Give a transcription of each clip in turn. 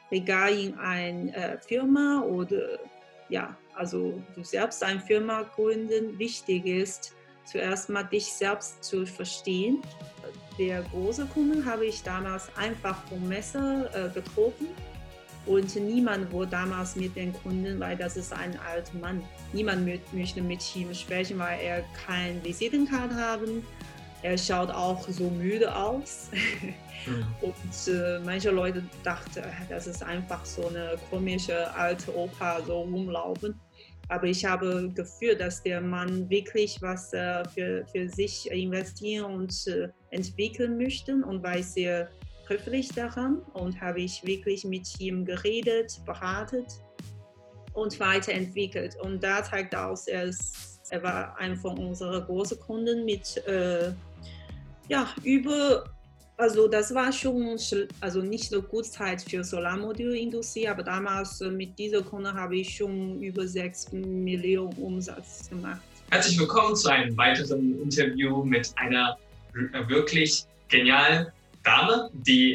egal in eine Firma oder ja, also du selbst eine Firma gründen, wichtig ist, zuerst mal dich selbst zu verstehen. Der große Kunden habe ich damals einfach vom Messer getroffen und niemand wurde damals mit den Kunden, weil das ist ein alter Mann. Niemand möchte mit ihm sprechen, weil er keine Visitenkarte haben. Er schaut auch so müde aus. Mhm. Und manche Leute dachten, das ist einfach so eine komische alte Opa so rumlaufen. Aber ich habe gefühlt, dass der Mann wirklich was für sich investieren und entwickeln möchte und war ich sehr höflich daran und habe ich wirklich mit ihm geredet, beratet und weiterentwickelt. Und da zeigt aus, er war einer von unseren großen Kunden mit ja, also das war schon also nicht so gut Zeit für Solarmodulindustrie, aber damals mit dieser Kunde habe ich schon über 6 Millionen Umsatz gemacht. Herzlich willkommen zu einem weiteren Interview mit einer wirklich genialen Dame,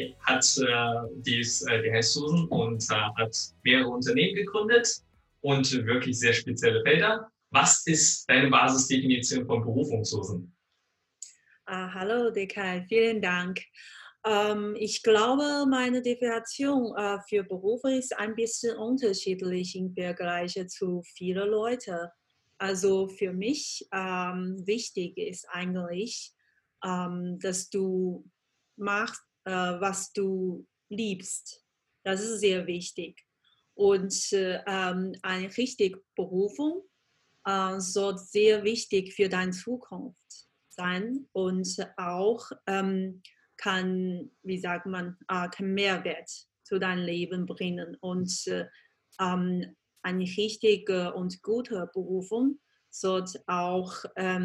die heißt Susan und hat mehrere Unternehmen gegründet und wirklich sehr spezielle Felder. Was ist deine Basisdefinition von Berufung, Susan? Hallo Dekay, vielen Dank. Ich glaube, meine Definition für Berufe ist ein bisschen unterschiedlich im Vergleich zu vielen Leuten. Also für mich wichtig ist eigentlich, dass du machst, was du liebst. Das ist sehr wichtig. Und eine richtige Berufung soll sehr wichtig für deine Zukunft sein und auch kann, wie sagt man, kann Mehrwert zu deinem Leben bringen. Und eine richtige und gute Berufung sollte auch,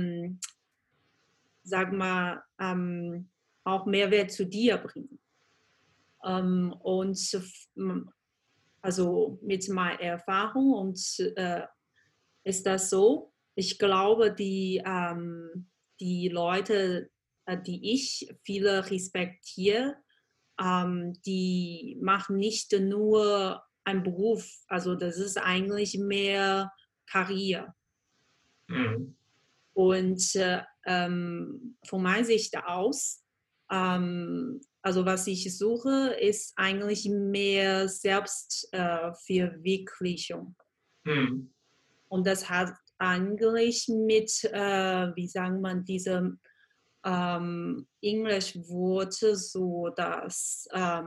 sag mal, auch Mehrwert zu dir bringen. Und also mit meiner Erfahrung und ist das so? Ich glaube, die Leute, die ich viele respektiere, die machen nicht nur einen Beruf, also das ist eigentlich mehr Karriere. Mhm. Und von meiner Sicht aus, also was ich suche, ist eigentlich mehr Selbstverwirklichung. Mhm. Und das hat eigentlich mit, wie sagen man, diesem Englischworte so das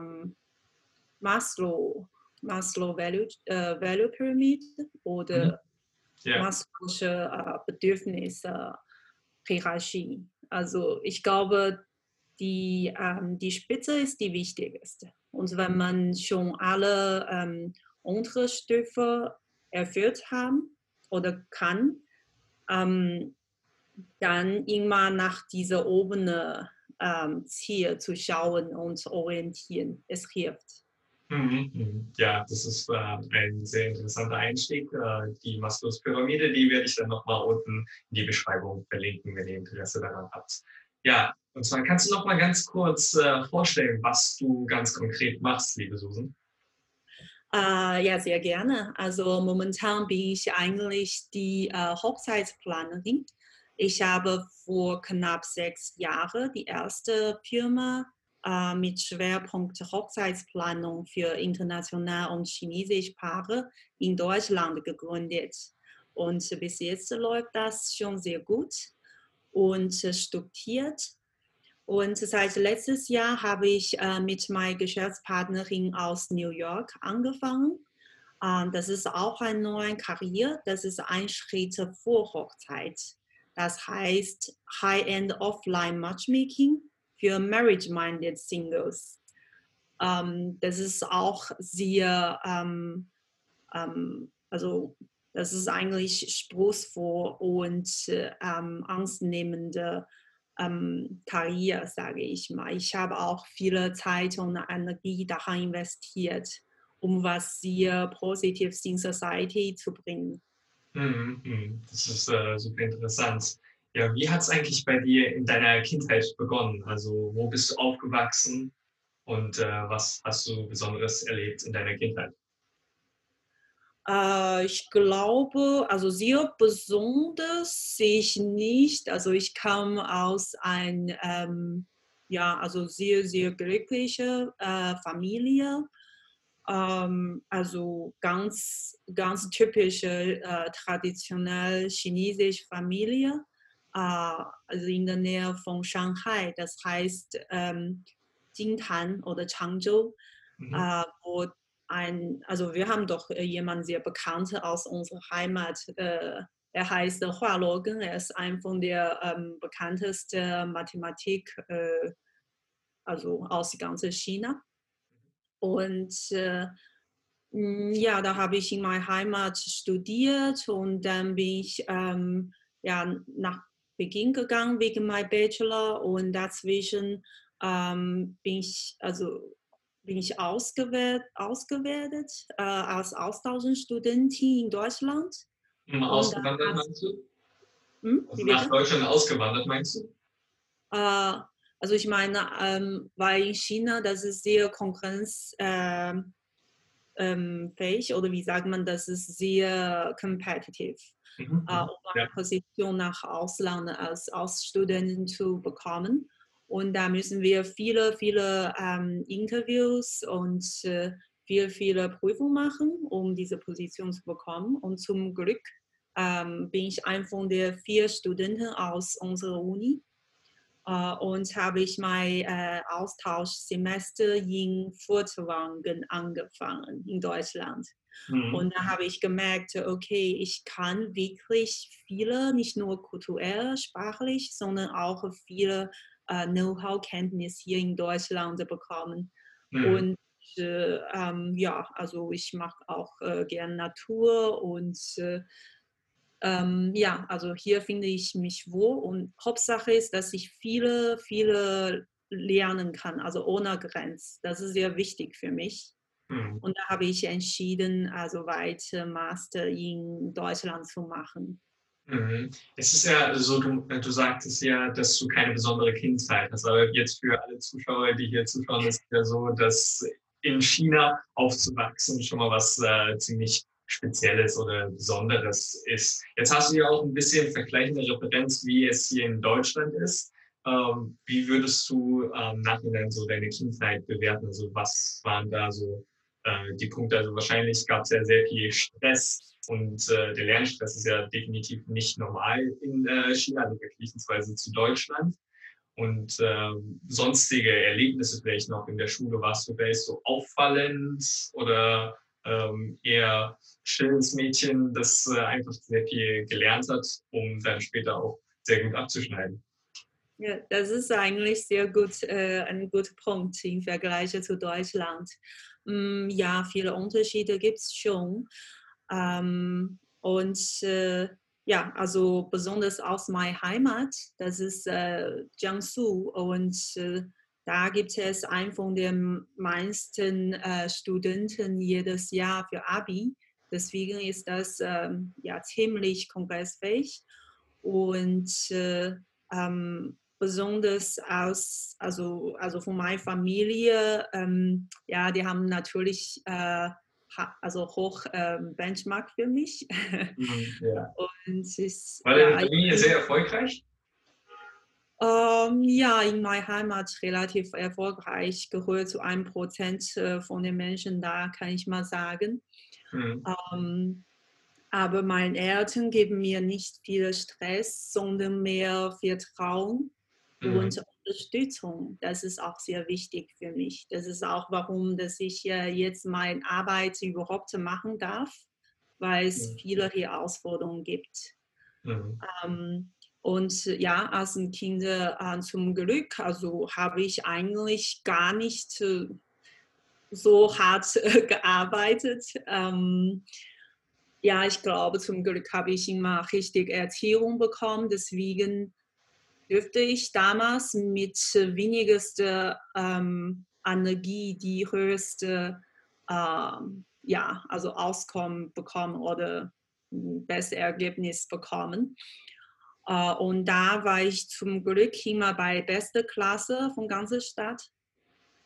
Maslow, Maslow Value Pyramid Mhm. oder Ja. Maslow'sche Bedürfnisse Hierarchie. Also ich glaube, die Spitze ist die wichtigste. Und wenn man schon alle untere Stufe erfüllt haben oder kann, ähm, dann immer nach dieser oberen Ziel zu schauen und orientieren. Es hilft. Mhm, mhm. Ja, das ist ein sehr interessanter Einstieg. Die Maslows Pyramide, die werde ich dann nochmal unten in die Beschreibung verlinken, wenn ihr Interesse daran habt. Ja, und zwar kannst du noch mal ganz kurz vorstellen, was du ganz konkret machst, liebe Susan? Ja, sehr gerne. Also momentan bin ich eigentlich die Hochzeitsplanerin. Ich habe vor knapp 6 Jahren die erste Firma mit Schwerpunkt Hochzeitsplanung für international und chinesische Paare in Deutschland gegründet. Und bis jetzt läuft das schon sehr gut und strukturiert. Und seit letztes Jahr habe ich mit meiner Geschäftspartnerin aus New York angefangen. Das ist auch eine neue Karriere. Das ist ein Schritt vor Hochzeit. Das heißt High-End Offline Matchmaking für Marriage-Minded Singles. Das ist auch sehr, also das ist eigentlich spruchsvoll und angstnehmende Karriere, sage ich mal. Ich habe auch viele Zeit und Energie daran investiert, um was sehr Positives in Society zu bringen. Mhm, mhm. Das ist super interessant. Ja, wie hat es eigentlich bei dir in deiner Kindheit begonnen? Also, wo bist du aufgewachsen? Und was hast du Besonderes erlebt in deiner Kindheit? Ich glaube, also sehr besonders sehe ich nicht. Also ich kam aus ein ja, also sehr, sehr glückliche Familie. Also ganz typische traditionell chinesische Familie, also in der Nähe von Shanghai. Das heißt Jintan oder Changzhou, Mhm. wo also wir haben doch jemanden sehr bekannt aus unserer Heimat. Er heißt Hua Luogen. Er ist ein von der bekanntesten Mathematik, also aus ganz China. Und ja, da habe ich in meiner Heimat studiert und dann bin ich ja, nach Peking gegangen wegen meinem Bachelor und dazwischen bin ich ausgewertet als Austauschstudentin in Deutschland. Und dann Ausgewandert meinst du? wie Also nach bitte? Deutschland ausgewandert meinst du? Äh, also ich meine, weil in China, das ist sehr konkurrenzfähig fähig oder wie sagt man, das ist sehr competitive, Mhm. um Mhm. Ja. eine Position nach Ausland als Studenten zu bekommen. Und da müssen wir viele Interviews und viele Prüfungen machen, um diese Position zu bekommen. Und zum Glück bin ich ein von den 4 Studenten aus unserer Uni und habe ich mein Austauschsemester in Furtwangen angefangen in Deutschland. Mhm. Und da habe ich gemerkt, okay, ich kann wirklich viele, nicht nur kulturell, sprachlich, sondern auch viele Know-how-Kenntnis hier in Deutschland bekommen. Mhm. Und ja, also ich mache auch gern Natur und ja, also hier finde ich mich wohl und Hauptsache ist, dass ich viele lernen kann, also ohne Grenzen. Das ist sehr wichtig für mich. Mhm. Und da habe ich entschieden, also weiter Master in Deutschland zu machen. Mhm. Es ist ja so, du sagtest ja, dass du keine besondere Kindheit hast. Aber jetzt für alle Zuschauer, die hier zuschauen, ist es ja so, dass in China aufzuwachsen schon mal was ziemlich Spezielles oder Besonderes ist. Jetzt hast du ja auch ein bisschen vergleichende Referenz, wie es hier in Deutschland ist. Wie würdest du im Nachhinein so deine Kindheit bewerten? Also was waren da so die Punkte? Also wahrscheinlich gab es ja sehr viel Stress und der Lernstress ist ja definitiv nicht normal in China, also vergleichsweise zu Deutschland. Und sonstige Erlebnisse vielleicht noch in der Schule, warst du vielleicht so auffallend oder eher stilles Mädchen, das einfach sehr viel gelernt hat, um dann später auch sehr gut abzuschneiden? Ja, das ist eigentlich sehr gut, ein guter Punkt im Vergleich zu Deutschland. Ja, viele Unterschiede gibt es schon. Und ja, also besonders aus meiner Heimat, das ist Jiangsu. Und da gibt es einen von den meisten Studenten jedes Jahr für Abi. Deswegen ist das ja ziemlich kongressfähig. Und besonders also von meiner Familie, ja, die haben natürlich also hoch Benchmark für mich. Mhm, ja. Und ist, War deine ja, Familie sehr erfolgreich? ja, in meiner Heimat relativ erfolgreich, gehört zu 1% von den Menschen da, kann ich mal sagen. Mhm. Ähm, aber meine Eltern geben mir nicht viel Stress, sondern mehr Vertrauen Mhm. und Unterstützung. Das ist auch sehr wichtig für mich. Das ist auch warum, dass ich jetzt meine Arbeit überhaupt machen darf, weil es Mhm. viele Herausforderungen gibt. Mhm. Ähm, und ja, als ein Kind zum Glück, also habe ich eigentlich gar nicht so hart gearbeitet. Ja, ich glaube, zum Glück habe ich immer richtig Erziehung bekommen. Deswegen dürfte ich damals mit wenigster Energie die höchste ja, also Auskommen bekommen oder beste Ergebnis bekommen. Und da war ich zum Glück immer bei bester Klasse von ganzer Stadt.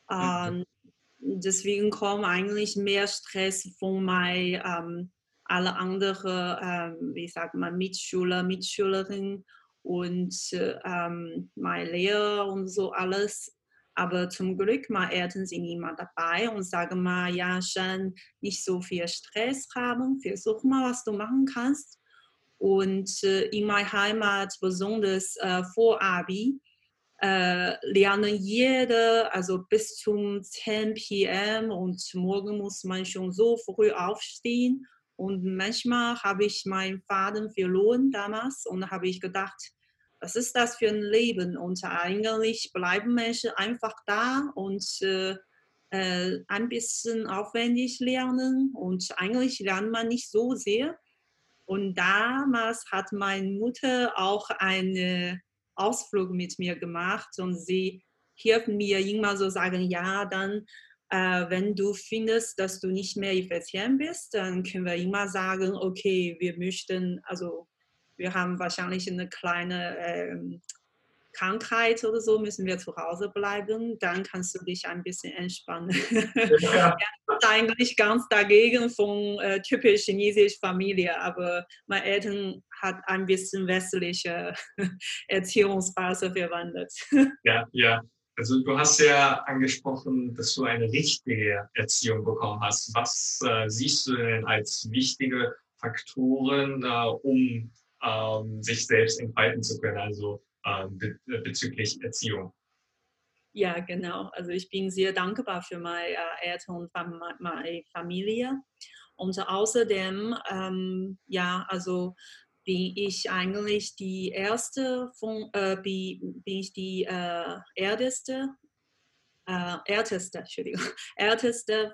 Mhm. Ähm, deswegen kommt eigentlich mehr Stress von alle andere, wie sagt man, Mitschüler, Mitschülerin und mein Lehrer und so alles. Aber zum Glück, meine Eltern sind immer dabei und sagen mal, ja, schon nicht so viel Stress haben, versuch mal, was du machen kannst. Und in meiner Heimat, besonders vor Abi, lernen jede, also bis zum 10 p.m. und morgen muss man schon so früh aufstehen. Und manchmal habe ich meinen Faden verloren damals und habe ich gedacht, was ist das für ein Leben? Und eigentlich bleiben Menschen einfach da und ein bisschen aufwendig lernen und eigentlich lernt man nicht so sehr. Und damals hat meine Mutter auch einen Ausflug mit mir gemacht und sie hilft mir immer so sagen, ja, dann, wenn du findest, dass du nicht mehr effizient bist, dann können wir immer sagen, okay, wir möchten, also wir haben wahrscheinlich eine kleine Krankheit oder so, müssen wir zu Hause bleiben, dann kannst du dich ein bisschen entspannen. Ja, Er ist eigentlich ganz dagegen von typisch chinesischer Familie, aber meine Eltern hat ein bisschen westliche Erziehungsweise verwandelt. ja, ja. Also du hast ja angesprochen, dass du eine richtige Erziehung bekommen hast. Was siehst du denn als wichtige Faktoren, um sich selbst entfalten zu können, also bezüglich Erziehung? Ja, genau. Also ich bin sehr dankbar für meine Eltern und meine Familie. Und außerdem, ja, also bin ich eigentlich die erste bin ich die älteste, Entschuldigung, älteste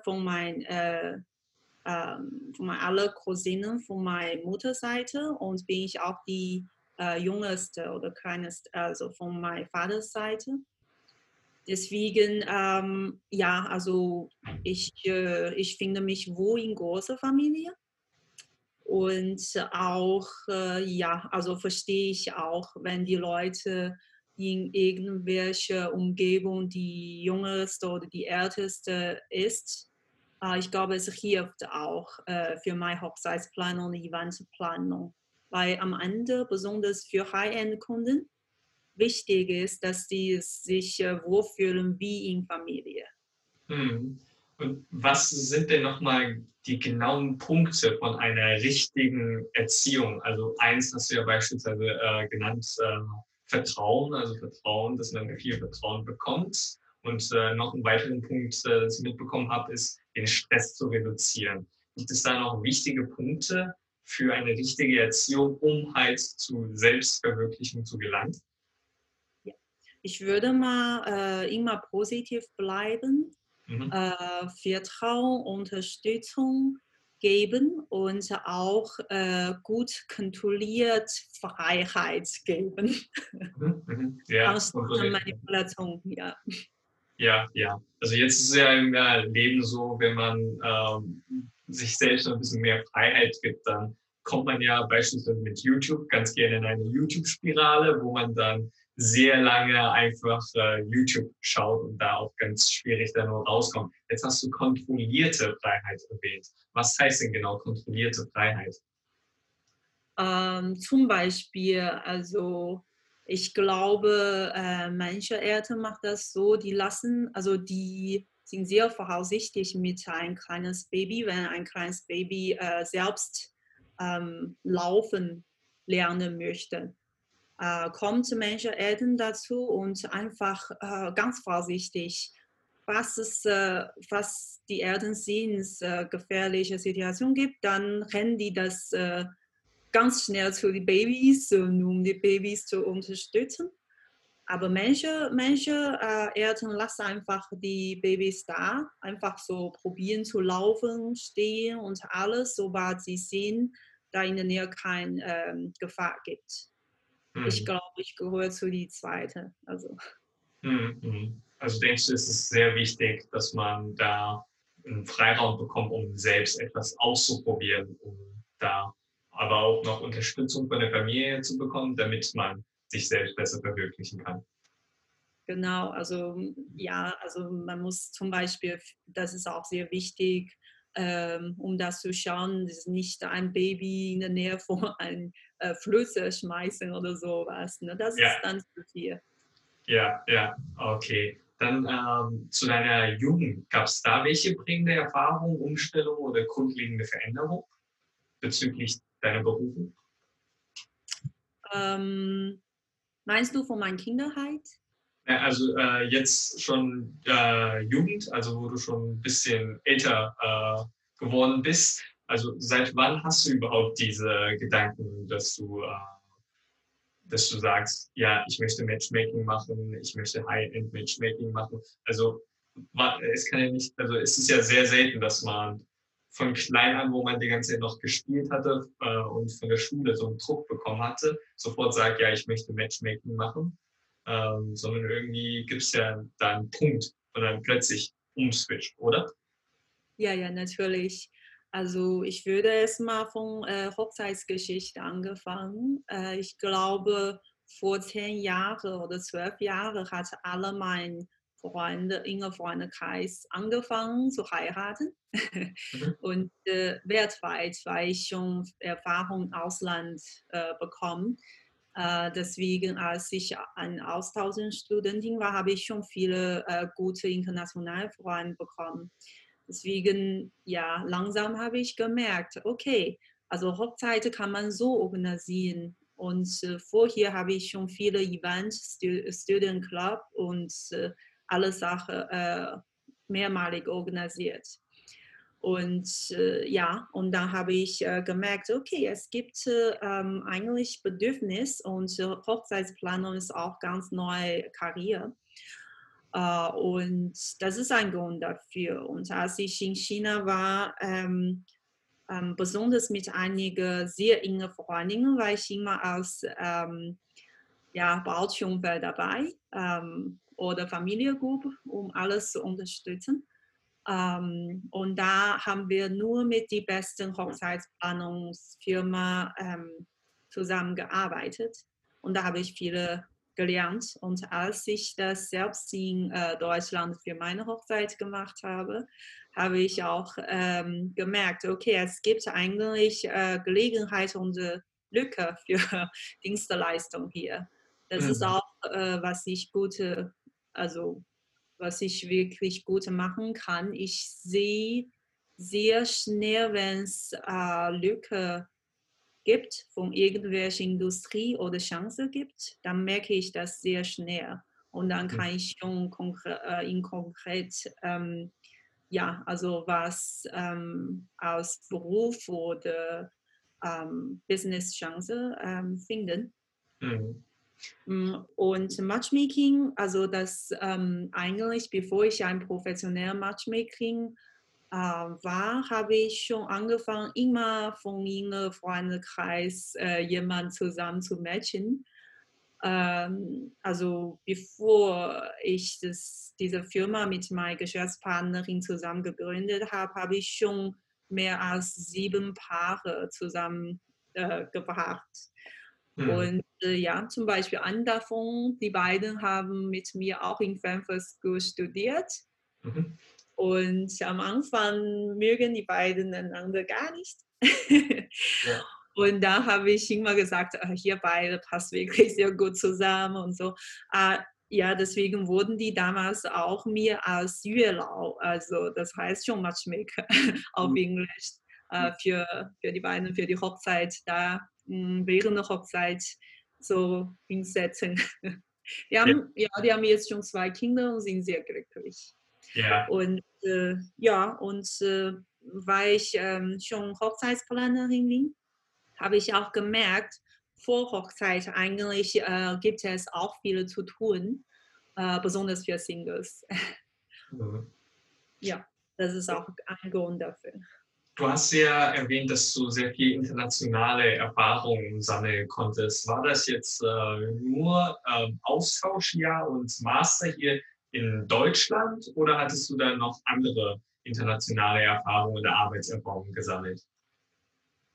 von meinen alle Cousinen von meiner Mutterseite und bin ich auch die jüngste oder kleinste, also von meiner Vaterseite. Deswegen, ja, also ich finde mich wohl in großer Familie und auch, ja, also verstehe ich auch, wenn die Leute in irgendwelcher Umgebung die jüngste oder die älteste ist. Ich glaube, es hilft auch für meine Hochzeitsplanung und Eventplanung, weil am Ende, besonders für High-End-Kunden, wichtig ist, dass sie sich wohlfühlen wie in Familie. Mhm. Und was sind denn nochmal die genauen Punkte von einer richtigen Erziehung? Also eins hast du ja beispielsweise genannt, Vertrauen, also Vertrauen, dass man viel Vertrauen bekommt. Und noch einen weiteren Punkt, das ich mitbekommen habe, ist, den Stress zu reduzieren. Gibt es da noch wichtige Punkte für eine richtige Erziehung, um halt zu Selbstverwirklichung zu gelangen? Ja. Ich würde mal immer positiv bleiben, Mhm. Vertrauen, Unterstützung geben und auch gut kontrolliert Freiheit geben, Mhm. Mhm. Ja, anstatt kontrolliert. Manipulation. Ja. Ja, ja. Also jetzt ist es ja im Leben so, wenn man sich selbst ein bisschen mehr Freiheit gibt, dann kommt man ja beispielsweise mit YouTube ganz gerne in eine YouTube-Spirale, wo man dann sehr lange einfach YouTube schaut und da auch ganz schwierig dann nur rauskommt. Jetzt hast du kontrollierte Freiheit erwähnt. Was heißt denn genau kontrollierte Freiheit? Zum Beispiel, also ich glaube, manche Eltern machen das so, die lassen, also die sind sehr voraussichtlich mit ein kleines Baby, wenn ein kleines Baby selbst laufen lernen möchte. Kommt manche Eltern dazu und einfach ganz vorsichtig, was die Eltern sehen, es gefährliche Situation gibt, dann rennen die das ganz schnell zu den Babys, um die Babys zu unterstützen. Aber manche Eltern lassen einfach die Babys da, einfach so probieren zu laufen, stehen und alles, sobald sie sehen, da in der Nähe keine Gefahr gibt. Ich Hm. glaube, ich gehöre zu die zweite. Also. Mhm, mhm. Also denkst du, es ist sehr wichtig, dass man da einen Freiraum bekommt, um selbst etwas auszuprobieren, um da aber auch noch Unterstützung von der Familie zu bekommen, damit man sich selbst besser verwirklichen kann. Genau, also ja, also man muss zum Beispiel, das ist auch sehr wichtig, um das zu schauen, dass nicht ein Baby in der Nähe von einem Flüsse schmeißen oder sowas. Ne? Das ist Ja, dann zu viel. ja, ja, okay. Dann zu deiner Jugend. Gab es da welche prägende Erfahrung, Umstellung oder grundlegende Veränderung bezüglich deiner Berufung? Ähm, Meinst du von meiner Kindheit? Ja, also jetzt schon Jugend, also wo du schon ein bisschen älter geworden bist. Also seit wann hast du überhaupt diese Gedanken, dass du sagst, ja, ich möchte Matchmaking machen, ich möchte High-End Matchmaking machen. Also es kann ja nicht, also es ist ja sehr selten, dass man von klein an, wo man die ganze Zeit noch gespielt hatte und von der Schule so einen Druck bekommen hatte, sofort sagt, ja, ich möchte Matchmaking machen, sondern irgendwie gibt es ja da einen Punkt und dann plötzlich umswitcht, oder? Ja, ja, natürlich. Also ich würde es mal von Hochzeitsgeschichte angefangen. Ich glaube, vor 10 Jahren oder 12 Jahren hatte alle meine Freunde, enger Freundekreis angefangen zu heiraten. Mhm. Und weltweit, weil ich schon Erfahrung im Ausland bekommen. Deswegen, als ich eine Austauschstudentin war, habe ich schon viele gute internationale Freunde bekommen. Deswegen, ja, langsam habe ich gemerkt, okay, also Hochzeiten kann man so organisieren. Und vorher habe ich schon viele Events, Student Club und alle Sachen mehrmalig organisiert. Und ja, und dann habe ich gemerkt, okay, es gibt eigentlich Bedürfnis und Hochzeitsplanung ist auch ganz neue Karriere. Und das ist ein Grund dafür. Und als ich in China war, besonders mit einigen sehr engen Freundinnen, war ich immer als ja, Brautjungfer dabei oder Familiengruppe, um alles zu unterstützen. Und da haben wir nur mit die besten Hochzeitsplanungsfirma zusammengearbeitet. Und da habe ich viele gelernt. Und als ich das selbst in Deutschland für meine Hochzeit gemacht habe, habe ich auch gemerkt, okay, es gibt eigentlich Gelegenheit und Lücke für Dienstleistung hier. Das ist Mhm. auch, was ich gute, also was ich wirklich gut machen kann. Ich sehe sehr schnell, wenn es Lücke gibt von irgendwelcher Industrie oder Chance gibt, dann merke ich das sehr schnell. Und dann kann ich schon in konkret, ja, also was aus Beruf oder Business-Chance finden. Mhm. Und Matchmaking, also das eigentlich, bevor ich ein professioneller Matchmaking war, habe ich schon angefangen, immer von meinem Freundeskreis jemanden zusammen zu matchen. Also bevor ich diese Firma mit meiner Geschäftspartnerin zusammen gegründet habe, habe ich schon mehr als 7 Paare zusammen gebracht. Mhm. Und ja, zum Beispiel einen davon, die beiden haben mit mir auch in Frankfurt School studiert. Mhm. Und am Anfang mögen die beiden einander gar nicht. Ja. Und da habe ich immer gesagt, hier beide passt wirklich sehr gut zusammen und so. Ja, deswegen wurden die damals auch mir als Yuelau, also das heißt schon Matchmaker auf Englisch, für die beiden, für die Hochzeit da während der Hochzeit so hinsetzen. Ja. Die haben jetzt schon 2 Kinder und sind sehr glücklich. Ja. Und ja, und weil ich schon Hochzeitsplanerin bin, habe ich auch gemerkt, vor Hochzeit eigentlich gibt es auch viel zu tun, besonders für Singles. Mhm. Ja, das ist auch ein Grund dafür. Du hast ja erwähnt, dass du sehr viel internationale Erfahrungen sammeln konntest. War das jetzt nur Austauschjahr und Master hier in Deutschland oder hattest du dann noch andere internationale Erfahrungen oder Arbeitserfahrungen gesammelt?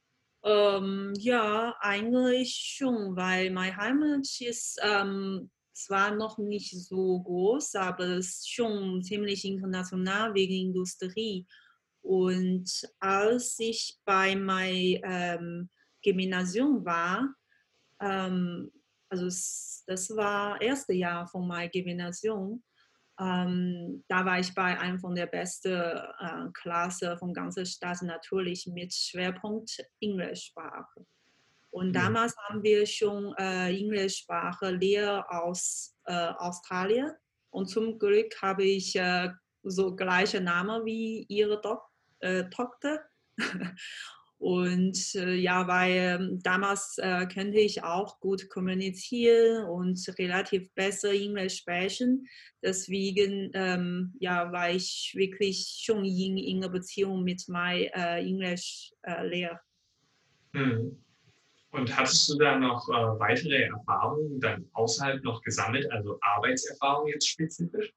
Ja, eigentlich schon, weil meine Heimat ist es war noch nicht so groß, aber es ist schon ziemlich international wegen Industrie. Und als ich bei meinem Gymnasium war, ähm, also das war das erste Jahr von meinem Gymnasium, da war ich bei einem von der besten Klasse von ganzer Stadt natürlich mit Schwerpunkt Englischsprache. Und Mhm. damals haben wir schon Englischsprache Lehrer aus Australien. Und zum Glück habe ich so gleiche Namen wie ihre Tochter. Und ja, weil damals könnte ich auch gut kommunizieren und relativ besser Englisch sprechen. Deswegen ja, war ich wirklich schon in enger Beziehung mit meinem Englischlehrer. Mhm. Und hattest du da noch weitere Erfahrungen dann außerhalb noch gesammelt, also Arbeitserfahrung jetzt spezifisch?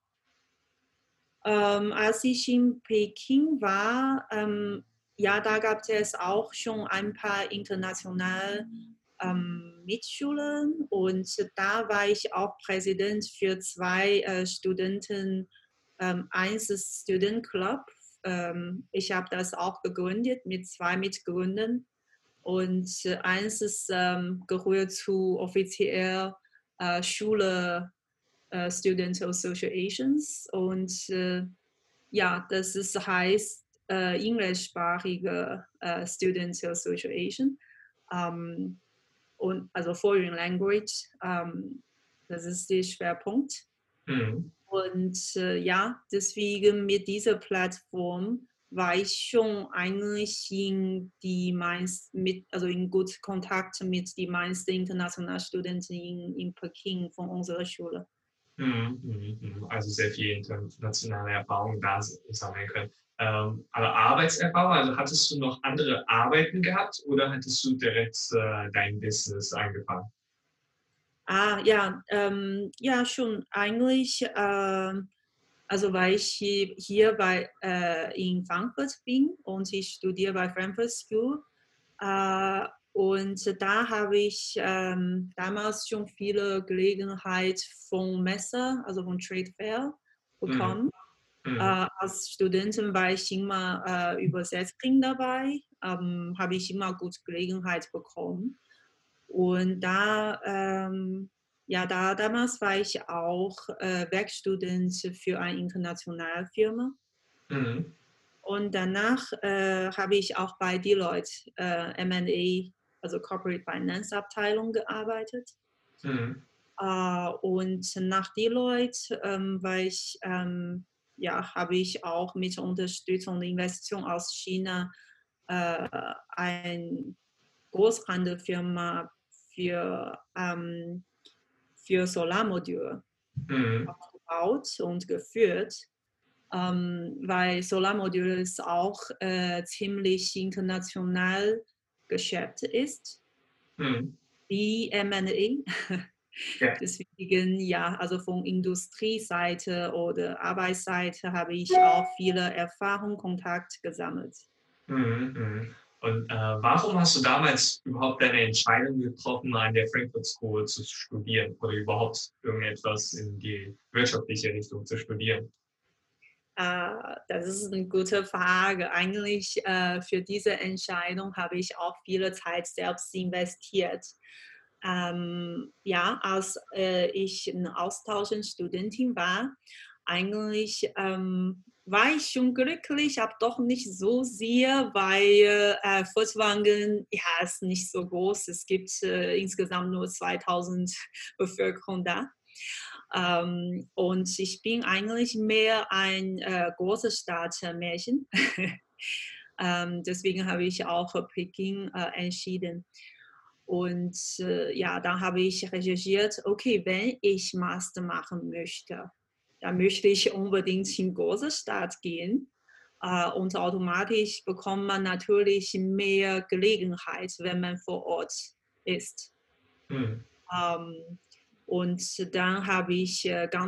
Als ich in Peking war, ja, da gab es auch schon ein paar internationale Mitschulen und da war ich auch Präsident für zwei Studenten, eins ist Student Club. Ich habe das auch gegründet mit zwei Mitgründern und eins ist gehört zu offiziell Schule Student Associations und ja, das ist, heißt englischsprachige Student Association und also Foreign Language, das ist der Schwerpunkt. Mhm. Und ja, deswegen mit dieser Plattform war ich schon eigentlich also in gut Kontakt mit den meisten internationalen Studenten in Peking von unserer Schule. Mhm, mhm, mhm. Also sehr viel internationale Erfahrung da sammeln können. Aber Arbeitserfahrung, also hattest du noch andere Arbeiten gehabt oder hattest du direkt dein Business angefangen? Ja, ja, schon eigentlich, also weil ich hier in Frankfurt bin und ich studiere bei Frankfurt School. Und da habe ich damals schon viele Gelegenheit von Messe, also von Trade Fair Mhm, bekommen. mhm, Als Studentin war ich immer Übersetzerin dabei, habe ich immer gute Gelegenheit bekommen. Und ja, damals war ich auch Werkstudent für eine internationale Firma. mhm, Und danach habe ich auch bei Deloitte M&A, also Corporate Finance Abteilung gearbeitet. mhm, Und nach Deloitte ja, habe ich auch mit Unterstützung und Investition aus China äh, eine Großhandelfirma für Solarmodule mhm, aufgebaut und geführt, weil Solarmodule ist auch ziemlich international Geschäft ist, mhm. wie M&A. Ja. Deswegen, ja, also von Industrieseite oder Arbeitsseite habe ich auch viele Erfahrungen, Kontakt gesammelt. Mhm, mhm. Und warum hast du damals überhaupt deine Entscheidung getroffen, an der Frankfurt School zu studieren oder überhaupt irgendetwas in die wirtschaftliche Richtung zu studieren? Das ist eine gute Frage. Eigentlich für diese Entscheidung habe ich auch viele Zeit selbst investiert. Ja, als ich eine Austauschstudentin war, eigentlich war ich schon glücklich, aber doch nicht so sehr, weil Furtwangen ja, ist nicht so groß. Es gibt insgesamt nur 2000 Bevölkerung da. Und ich bin eigentlich mehr ein großes Stadtmärchen. Deswegen habe ich auch für Peking entschieden. Und ja, dann habe ich recherchiert, okay, wenn ich Master machen möchte, dann möchte ich unbedingt in große Stadt gehen. Und automatisch bekommt man natürlich mehr Gelegenheit, wenn man vor Ort ist. Mhm. Ähm, und dann habe ich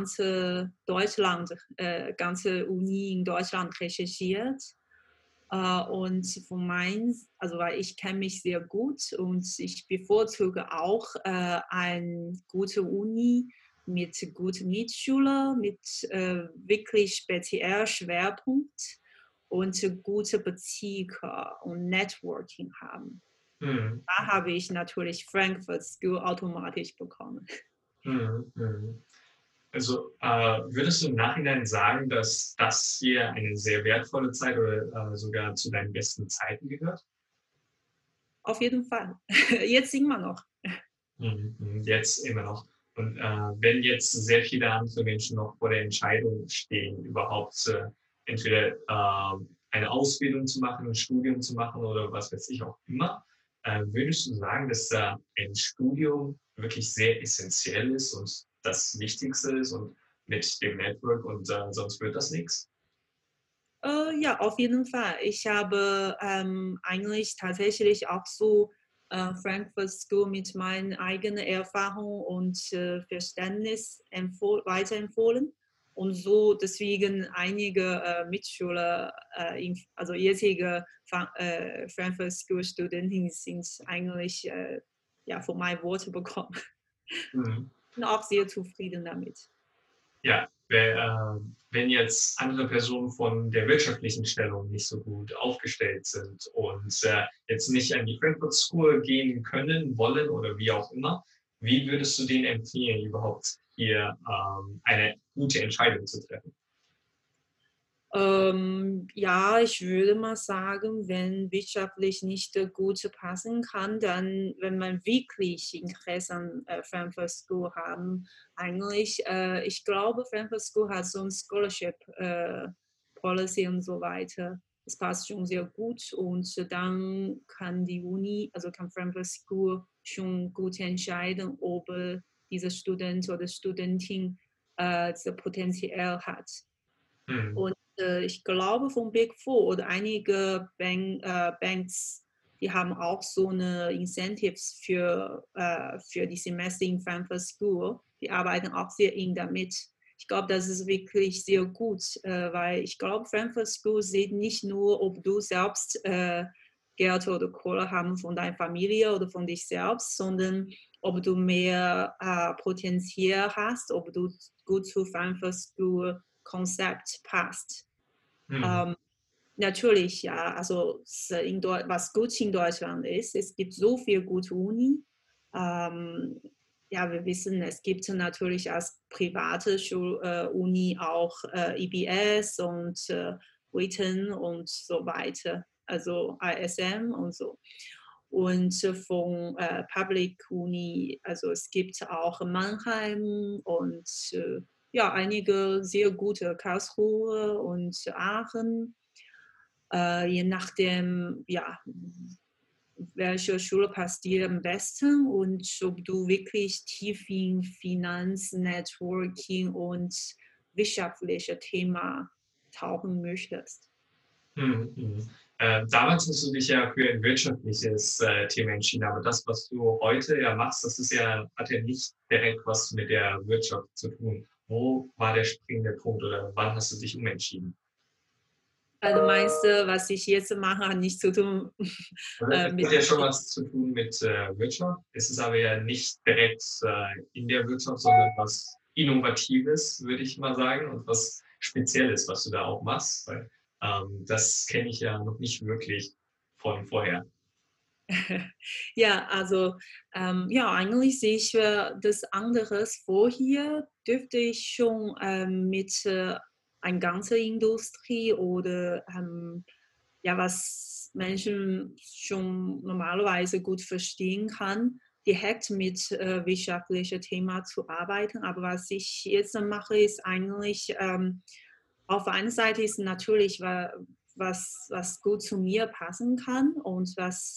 ganze Uni in Deutschland recherchiert. Und also weil ich kenne mich sehr gut und ich bevorzuge auch eine gute Uni mit guten Mitschülern, mit wirklich speziell Schwerpunkt und gute Beziehungen und Networking haben. Mhm. Da habe ich natürlich Frankfurt School automatisch bekommen. Mhm. Mhm. Also, würdest du im Nachhinein sagen, dass das hier eine sehr wertvolle Zeit oder, sogar zu deinen besten Zeiten gehört? Auf jeden Fall. Jetzt immer noch. Mhm, mhm, jetzt immer noch. Und, wenn jetzt sehr viele andere Menschen noch vor der Entscheidung stehen, überhaupt, entweder, eine Ausbildung zu machen, ein Studium zu machen oder was weiß ich auch immer, würdest du sagen, dass da ein Studium wirklich sehr essentiell ist und das Wichtigste ist und mit dem Network und, sonst wird das nichts? Ja, auf jeden Fall. Ich habe eigentlich tatsächlich auch so Frankfurt School mit meinen eigenen Erfahrungen und Verständnis weiterempfohlen. Und so deswegen einige Mitschüler, also jetzige Frankfurt School Studenten sind eigentlich ja, von meinen Worten bekommen. Mhm. Bin auch sehr zufrieden damit. Ja, wenn jetzt andere Personen von der wirtschaftlichen Stellung nicht so gut aufgestellt sind und, jetzt nicht an die Frankfurt School gehen können, wollen oder wie auch immer, wie würdest du denen empfehlen, überhaupt hier, eine gute Entscheidung zu treffen? Ja, ich würde mal sagen, wenn wirtschaftlich nicht gut passen kann, dann, wenn man wirklich Interesse an Frankfurt School haben, eigentlich, ich glaube, Frankfurt School hat so ein Scholarship Policy und so weiter. Es passt schon sehr gut und dann kann die Uni, also kann Frankfurt School schon gut entscheiden, ob dieser Student oder Studentin das Potenzial hat. Mhm. Und ich glaube, von Big Four oder einige Banks, die haben auch so eine Incentives für die Semester in Frankfurt School. Die arbeiten auch sehr eng damit. Ich glaube, das ist wirklich sehr gut, weil ich glaube, Frankfurt School sieht nicht nur, ob du selbst Geld oder Kohle haben von deiner Familie oder von dich selbst, sondern ob du mehr Potenzial hast, ob du gut zu Frankfurt School Konzept passt. Mhm. Ähm, natürlich, ja, also was gut in Deutschland ist, es gibt so viel gute Uni. Ähm, ja, wir wissen, es gibt natürlich als private Uni auch IBS und Witten und so weiter, also ISM und so. Und von Public Uni, also es gibt auch Mannheim und ja, einige sehr gute Karlsruhe und Aachen, je nachdem, ja, welche Schule passt dir am besten und ob du wirklich tief in Finanz, Networking und wirtschaftliche Thema tauchen möchtest. Mhm, mhm. Damals hast du dich ja für ein wirtschaftliches, Thema entschieden, aber das, was du heute ja machst, das ist ja hat ja nicht direkt was mit der Wirtschaft zu tun. Wo war der springende Punkt oder wann hast du dich umentschieden? Du meinst, was ich jetzt mache, hat nichts zu tun Also, es mit. hat ja schon was zu tun mit, Wirtschaft. Es ist aber ja nicht direkt, in der Wirtschaft, sondern was Innovatives, würde ich mal sagen, und was Spezielles, was du da auch machst, weil, das kenne ich ja noch nicht wirklich von vorher. Ja, also ja, eigentlich sehe ich das anderes. Vorher dürfte ich schon mit einer ganzen Industrie oder ja, was Menschen schon normalerweise gut verstehen kann, direkt mit wirtschaftlichen Themen zu arbeiten. Aber was ich jetzt mache, ist eigentlich, auf einer Seite ist natürlich was gut zu mir passen kann und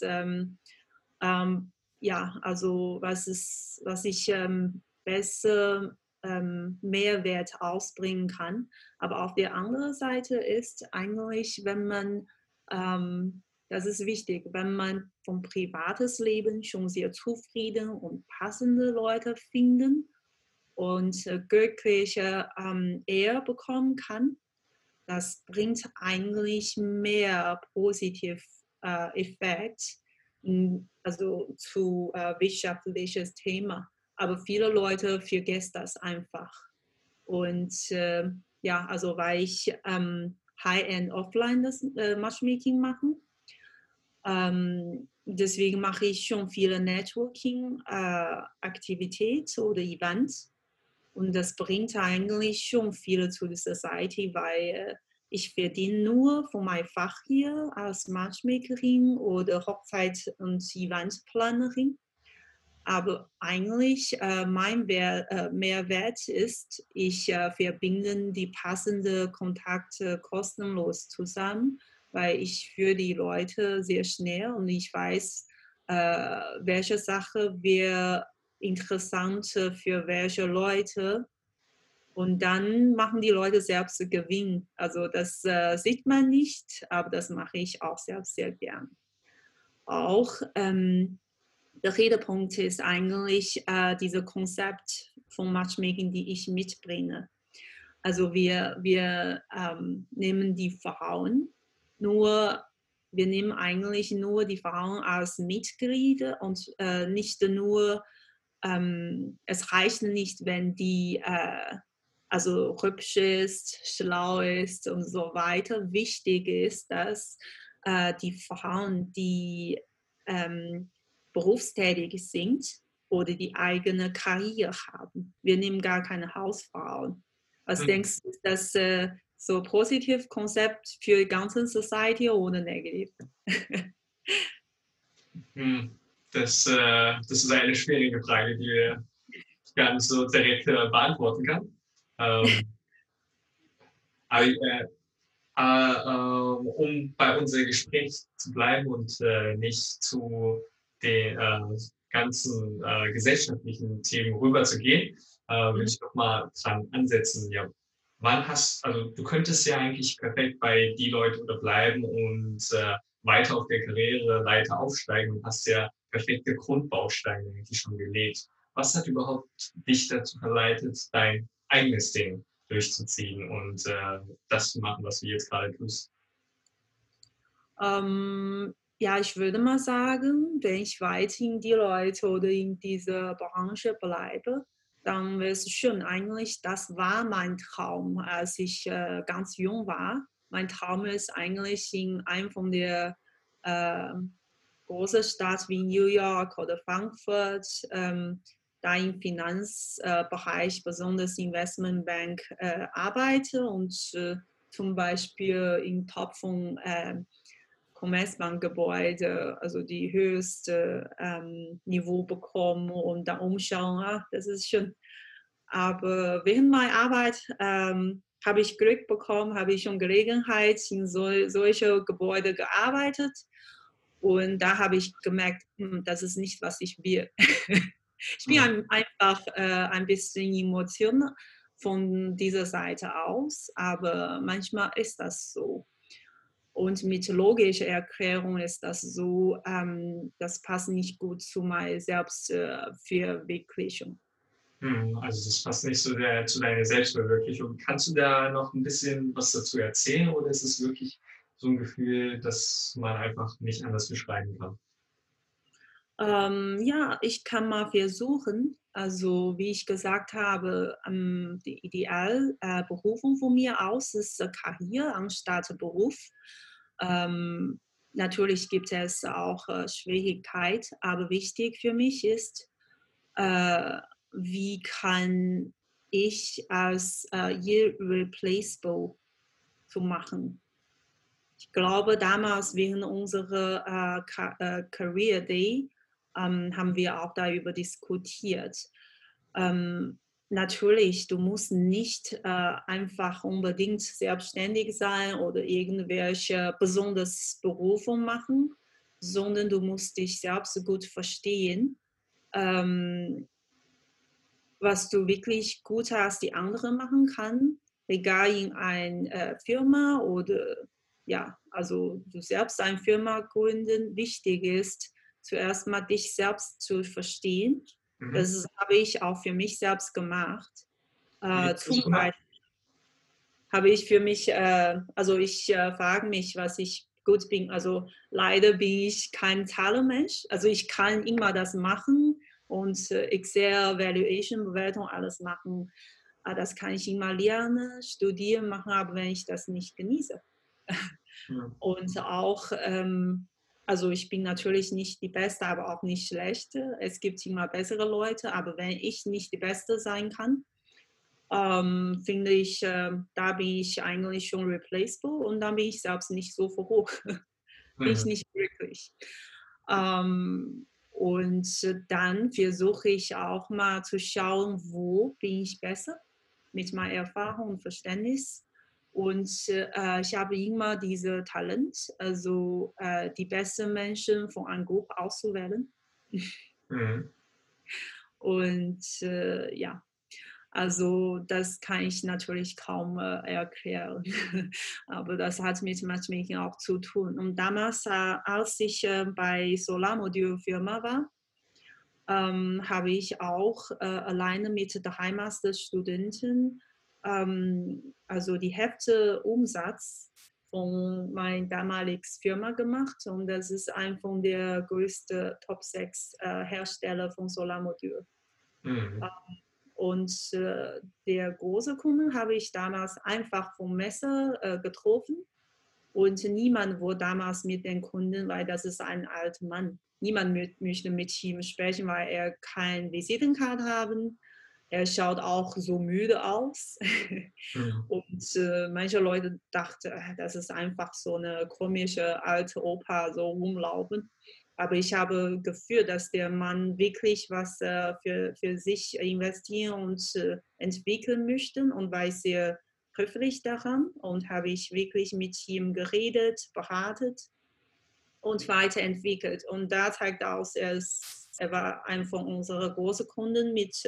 ja, also was ich besser Mehrwert ausbringen kann. Aber auf der anderen Seite ist eigentlich, wenn man, das ist wichtig, wenn man vom privates Leben schon sehr zufrieden und passende Leute finden und glückliche Ehe bekommen kann, das bringt eigentlich mehr positiv Effekt, also zu wirtschaftliches Thema. aber viele Leute vergessen das einfach. Und ja, also weil ich High-End Offline das Matchmaking mache, deswegen mache ich schon viele Networking-Aktivitäten oder Events. Und das bringt eigentlich schon viele zu dieser Seite, weil ich verdiene nur von meinem Fach hier als Matchmakerin oder Hochzeit- und Eventplanerin. Aber eigentlich mein Mehrwert ist, ich verbinde die passenden Kontakte kostenlos zusammen, weil ich für die Leute sehr schnell und ich weiß, welche Sache wäre interessant für welche Leute. Und dann machen die Leute selbst Gewinn. Also das sieht man nicht, aber das mache ich auch selbst sehr gern. Auch der Redepunkt ist eigentlich dieses Konzept von Matchmaking, die ich mitbringe. Also wir nehmen die Frauen nur, wir nehmen eigentlich nur die Frauen als Mitglieder und nicht nur, es reicht nicht, wenn die also hübsch ist, schlau ist und so weiter. Wichtig ist, dass die Frauen, die berufstätig sind oder die eigene Karriere haben. Wir nehmen gar keine Hausfrauen. Was Mhm. denkst du, ist das so ein positives Konzept für die ganze Society oder negativ? Hm. Das ist eine schwierige Frage, die wir gar nicht so direkt beantworten kann. Ähm, aber um bei unserem Gespräch zu bleiben und nicht zu den ganzen gesellschaftlichen Themen rüberzugehen, will Mhm. ich noch mal dran ansetzen. Ja, also du könntest ja eigentlich perfekt bei die Leute oder bleiben und weiter auf der Karriereleiter aufsteigen und hast ja perfekte Grundbausteine eigentlich schon gelegt. Was hat überhaupt dich dazu verleitet, dein eigenes Ding durchzuziehen und das zu machen, was du jetzt gerade tust? Ja, ich würde mal sagen, wenn ich weiter in die Leute oder in dieser Branche bleibe, dann wäre es schon eigentlich, das war mein Traum, als ich ganz jung war. Mein Traum ist eigentlich in einem von der äh, großen Städten wie New York oder Frankfurt, da im Finanzbereich, besonders Investmentbank, arbeite und zum Beispiel im Top von Commerzbankgebäude, also die höchste Niveau bekommen und dann umschauen, das ist schon. Aber während meiner Arbeit habe ich Glück bekommen, habe ich schon Gelegenheit in solche Gebäude gearbeitet und da habe ich gemerkt, das ist nicht, was ich will. Ich bin Mhm. einfach ein bisschen emotional von dieser Seite aus, aber manchmal ist das so. Und mit logischer Erklärung ist das so, das passt nicht gut zu meiner Selbstverwirklichung. Also das passt nicht zu deiner Selbstverwirklichung. Kannst du da noch ein bisschen was dazu erzählen oder ist es wirklich so ein Gefühl, das man einfach nicht anders beschreiben kann? Ja, ich kann mal versuchen. Also wie ich gesagt habe, die Idealberufung von mir aus ist Karriere anstatt Beruf. Ähm, Natürlich gibt es auch Schwierigkeiten, aber wichtig für mich ist, äh, wie kann ich als irreplaceable zu machen. Ich glaube, damals während unserer Career Day haben wir auch darüber diskutiert. Ähm, Natürlich, du musst nicht einfach unbedingt selbstständig sein oder irgendwelche besonders Berufung machen, sondern du musst dich selbst gut verstehen, ähm, was du wirklich gut als die anderen machen kann, egal in einer Firma oder ja, also du selbst eine Firma gründen, wichtig ist, zuerst mal dich selbst zu verstehen. Mhm. Das habe ich auch für mich selbst gemacht. Wie hast du das Zum gemacht? Beispiel habe ich für mich, also ich frage mich, was ich gut bin. Also leider bin ich kein Zahlenmensch. Also ich kann immer das machen, und Excel, Valuation, Bewertung, alles machen. Das kann ich immer lernen, studieren, machen, aber wenn ich das nicht genieße. Mhm. Und auch, also ich bin natürlich nicht die Beste, aber auch nicht schlechte. Es gibt immer bessere Leute, aber wenn ich nicht die Beste sein kann, finde ich, da bin ich eigentlich schon replaceable und dann bin ich selbst nicht so hoch. Bin ich Mhm. nicht glücklich. Und dann versuche ich auch mal zu schauen, wo bin ich besser mit meiner Erfahrung und Verständnis. Und ich habe immer diese Talent, also die besten Menschen von einer Gruppe auszuwählen. Mhm. Und ja, also das kann ich natürlich kaum erklären, aber das hat mit Matchmaking auch zu tun. Und damals, als ich bei Solarmodul-Firma war, habe ich auch alleine mit der Heimatstudenten also die Hälfte Umsatz von meiner damaligen Firma gemacht und das ist ein von der größten Top 6 Hersteller von Solarmodul. Mhm. Und der große Kunde habe ich damals einfach vom Messer getroffen und niemand wurde damals mit dem Kunden, weil das ist ein alter Mann. Niemand möchte mit ihm sprechen, weil er keine Visitenkarte haben. Er schaut auch so müde aus. Mhm. Und manche Leute dachten, das ist einfach so eine komische alte Opa so rumlaufen. Aber ich habe gefühlt, dass der Mann wirklich was für sich investieren und entwickeln möchte und war sehr höflich daran und habe ich wirklich mit ihm geredet, beratet und weiterentwickelt. Und da zeigt aus, er war ein von unseren großen Kunden mit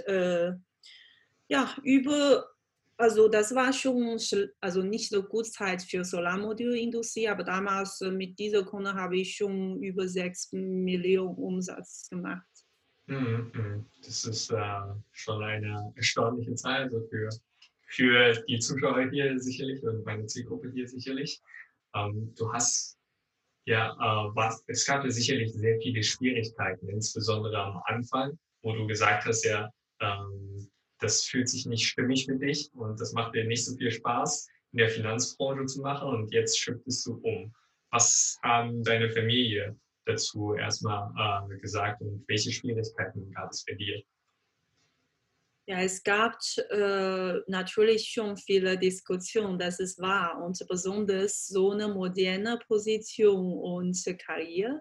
ja, also das war schon also nicht so gut Zeit für Solarmodulindustrie, aber damals mit dieser Kunde habe ich schon über 6 Millionen Umsatz gemacht. Mhm. Mhm. Das ist schon eine erstaunliche Zahl also für die Zuschauer hier sicherlich und meine Zielgruppe hier sicherlich. Du hast ja, es gab ja sicherlich sehr viele Schwierigkeiten, insbesondere am Anfang, wo du gesagt hast, ja, das fühlt sich nicht stimmig für dich und das macht dir nicht so viel Spaß, in der Finanzbranche zu machen und jetzt shiftest du um. Was haben deine Familie dazu erstmal gesagt und welche Schwierigkeiten gab es bei dir? Ja, es gab natürlich schon viele Diskussionen, das ist wahr. Und besonders so eine moderne Position und Karriere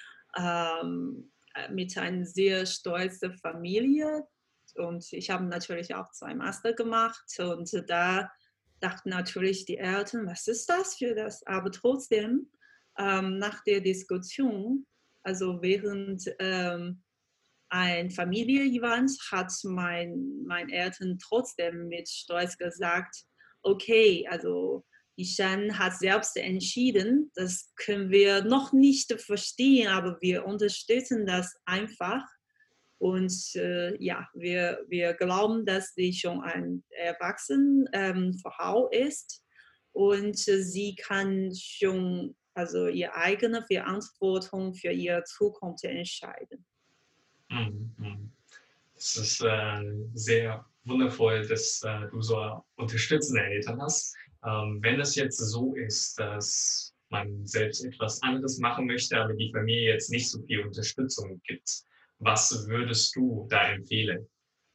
mit einer sehr stolzen Familie. Und ich habe natürlich auch 2 Master gemacht. Und da dachten natürlich die Eltern, was ist das für das? Aber trotzdem, nach der Diskussion, also während ein Familienevent hat mein Eltern trotzdem mit Stolz gesagt, okay, also die Shan hat selbst entschieden, das können wir noch nicht verstehen, aber wir unterstützen das einfach. Und ja, wir glauben, dass sie schon ein erwachsene Frau ist und sie kann schon also ihre eigene Verantwortung für ihre Zukunft entscheiden. Mhm. Mhm. Es ist sehr wundervoll, dass du so unterstützende Eltern hast. Wenn es jetzt so ist, dass man selbst etwas anderes machen möchte, aber die Familie jetzt nicht so viel Unterstützung gibt, was würdest du da empfehlen?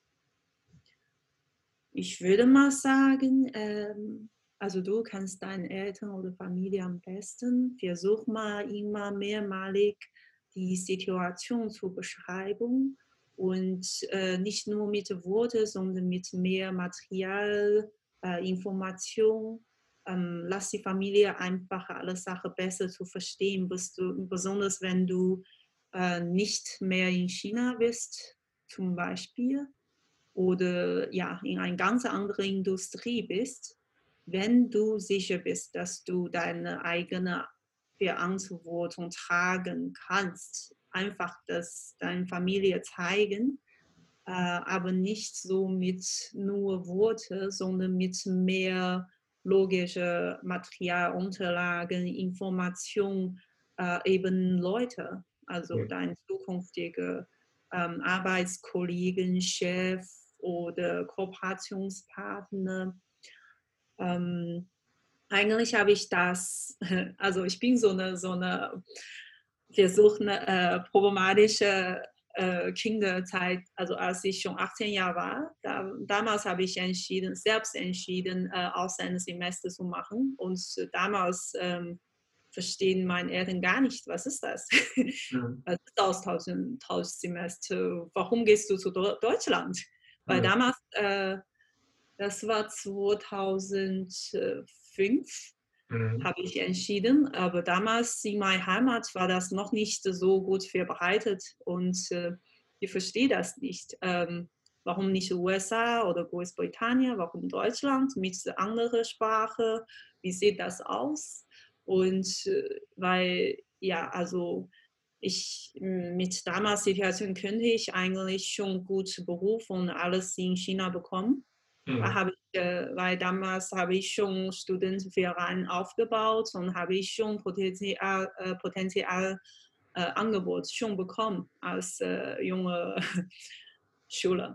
Ich würde mal sagen, also du kannst deinen Eltern oder Familie am besten, versuch mal immer mehrmalig die Situation zu beschreiben und nicht nur mit Worten, sondern mit mehr Material, Information. Lass die Familie einfach alle Sachen besser zu verstehen, besonders wenn du nicht mehr in China bist, zum Beispiel oder ja, in eine ganz andere Industrie bist, wenn du sicher bist, dass du deine eigene Verantwortung tragen kannst, einfach das deiner Familie zeigen, aber nicht so mit nur Worte, sondern mit mehr logische Material, Unterlagen, Information, eben Leute, also Mhm. deine zukünftige Arbeitskollegen, Chef oder Kooperationspartner. Ähm, Eigentlich habe ich das, also ich bin so eine versucht, eine problematische Kinderzeit, also als ich schon 18 Jahre war, damals habe ich selbst entschieden, Ausländersemester zu machen. Und damals verstehen meine Eltern gar nicht, was ist das? Mhm. Was ist Austauschsemester? Warum gehst du zu Deutschland? Weil Mhm. damals, das war 2005, Mhm. habe ich entschieden. Aber damals in meiner Heimat war das noch nicht so gut verbreitet und ich verstehe das nicht. Warum nicht USA oder Großbritannien? Warum Deutschland mit anderer Sprache? Wie sieht das aus? Und weil, ja, also ich mit damals Situation könnte ich eigentlich schon gut Beruf und alles in China bekommen. Mhm. Weil damals habe ich schon Studentenverein aufgebaut und habe ich schon Potenzial Angebot schon bekommen als junge Schüler.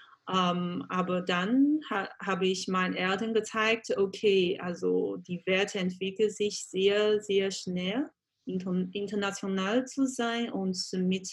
Aber dann habe ich meinen Eltern gezeigt, okay, also die Welt entwickelt sich sehr, sehr schnell, international zu sein und mit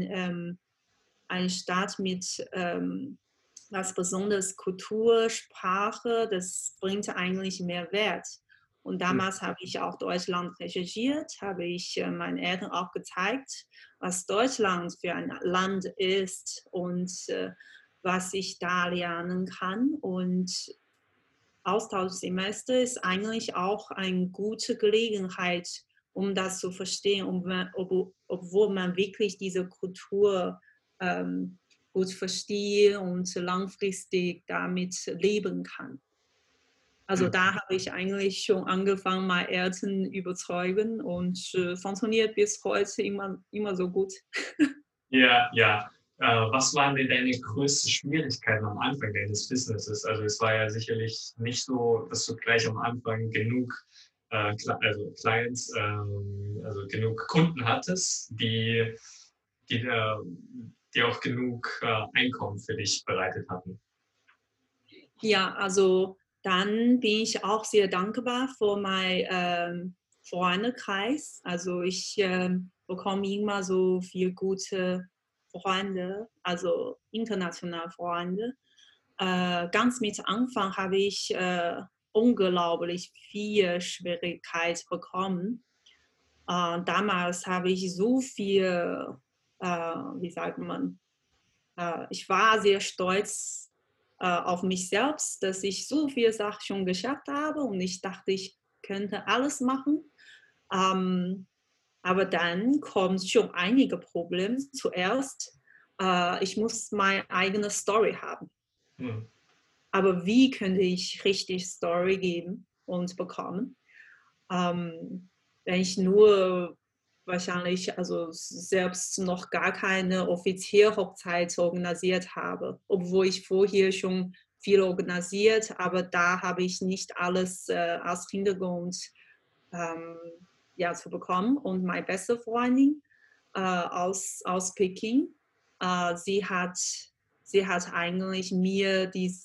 ein Staat mit was besonders Kultur, Sprache, das bringt eigentlich mehr Wert. Und Mhm. damals habe ich auch Deutschland recherchiert, habe ich meinen Eltern auch gezeigt, was Deutschland für ein Land ist und was ich da lernen kann. Und Austauschsemester ist eigentlich auch eine gute Gelegenheit, um das zu verstehen, obwohl man wirklich diese Kultur gut versteht und langfristig damit leben kann. Also Mhm. da habe ich eigentlich schon angefangen, meine Eltern überzeugen und funktioniert bis heute immer so gut. Ja, ja. Was waren denn deine größten Schwierigkeiten am Anfang deines Businesses? Also es war ja sicherlich nicht so, dass du gleich am Anfang genug Clients, also genug Kunden hattest, die, äh, die auch genug Einkommen für dich bereitet hatten. Ja, also dann bin ich auch sehr dankbar für meinen Freundekreis. Also ich bekomme immer so viele gute Freunde, also internationale Freunde. Ganz mit Anfang habe ich unglaublich viel Schwierigkeit bekommen. Damals habe ich so viel, wie sagt man, ich war sehr stolz auf mich selbst, dass ich so viele Sachen schon geschafft habe und ich dachte, ich könnte alles machen. Ähm, aber dann kommen schon einige Probleme. Zuerst, ich muss meine eigene Story haben. Hm. Aber wie könnte ich richtig Story geben und bekommen? Wenn ich nur wahrscheinlich also selbst noch gar keine offizielle Hochzeit organisiert habe, obwohl ich vorher schon viel organisiert, aber da habe ich nicht alles als Hintergrund ähm, ja, zu bekommen. Und meine beste Freundin aus Peking, sie hat eigentlich mir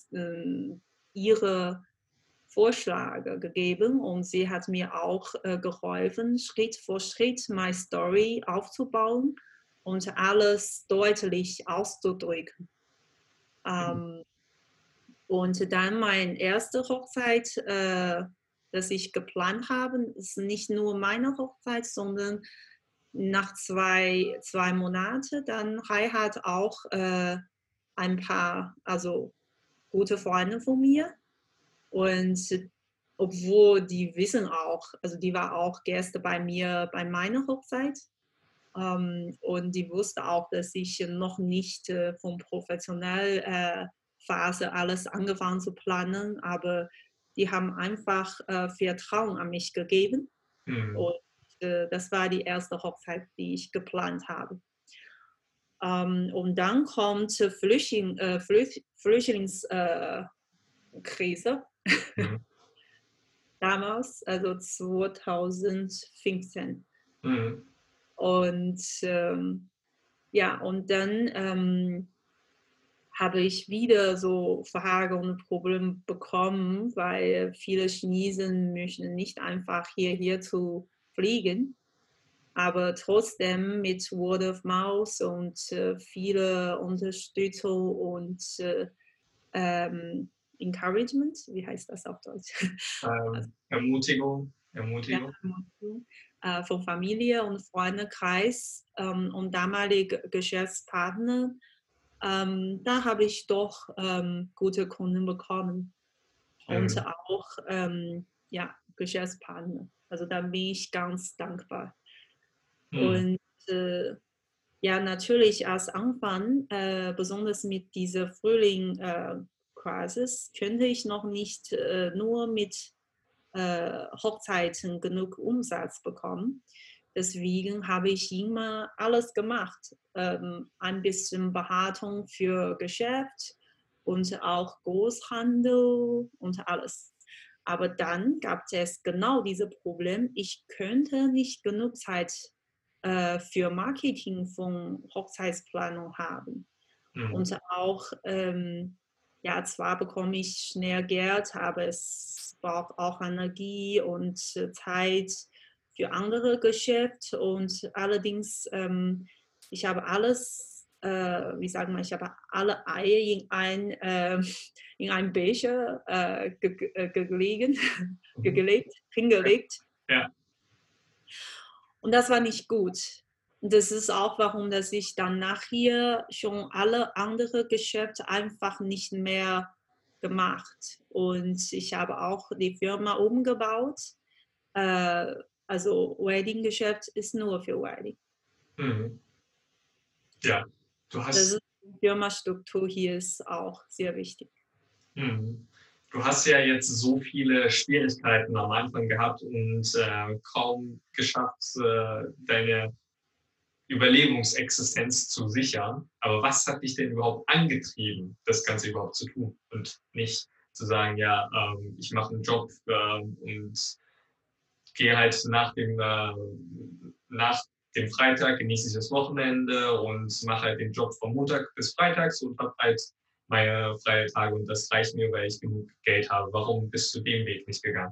ihre Vorschläge gegeben und sie hat mir auch geholfen, Schritt für Schritt meine Story aufzubauen und alles deutlich auszudrücken. Ähm, und dann meine erste Hochzeit, das ich geplant habe, ist nicht nur meine Hochzeit, sondern nach zwei Monaten dann heiratet auch ein paar, also gute Freunde von mir. Und obwohl die wissen auch, also die war auch Gäste bei mir bei meiner Hochzeit. Und die wusste auch, dass ich noch nicht von professionell Phase alles angefangen zu planen, aber die haben einfach Vertrauen an mich gegeben. Hm. Und das war die erste Hochzeit, die ich geplant habe. Und dann kommt Flüchtlingskrise Hm. damals, also 2015. Hm. Und ja, und dann habe ich wieder so Fragen und Probleme bekommen, weil viele Chinesen möchten nicht einfach hierher zu fliegen. Aber trotzdem mit Word of Mouth und viele Unterstützung und Encouragement, wie heißt das auf Deutsch? Also, Ermutigung, ja, Ermutigung. von Familie und Freundeskreis und damalige Geschäftspartner, da habe ich doch gute Kunden bekommen und Mhm. auch ja, Geschäftspartner. Also da bin ich ganz dankbar. Mhm. Und ja, natürlich als Anfang, besonders mit dieser Frühling-Crisis, könnte ich noch nicht nur mit Hochzeiten genug Umsatz bekommen. Deswegen habe ich immer alles gemacht. Ein bisschen Beratung für Geschäft und auch Großhandel und alles. Aber dann gab es genau dieses Problem, ich könnte nicht genug Zeit für Marketing von Hochzeitsplanung haben. Mhm. Und auch, ja, zwar bekomme ich schnell Geld, aber es braucht auch Energie und Zeit für andere Geschäfte. Und allerdings, ich habe alles, wie sagen wir, ich habe alle Eier in ein Becher Mhm. hingelegt. Ja. Und das war nicht gut. Und das ist auch, warum dass ich dann nachher schon alle anderen Geschäfte einfach nicht mehr gemacht. Und ich habe auch die Firma umgebaut. Äh, also Wedding-Geschäft ist nur für Wedding. Mhm. Ja. Du Das hast ist, die Firmastruktur hier ist auch sehr wichtig. Mhm. Du hast ja jetzt so viele Schwierigkeiten am Anfang gehabt und kaum geschafft, deine Überlebensexistenz zu sichern. Aber was hat dich denn überhaupt angetrieben, das Ganze überhaupt zu tun und nicht zu sagen, ja, ich mache einen Job und gehe halt nach dem Freitag, genieße ich das Wochenende und mache halt den Job von Montag bis Freitags und habe halt meine freie Tage und das reicht mir, weil ich genug Geld habe. Warum bist du den Weg nicht gegangen?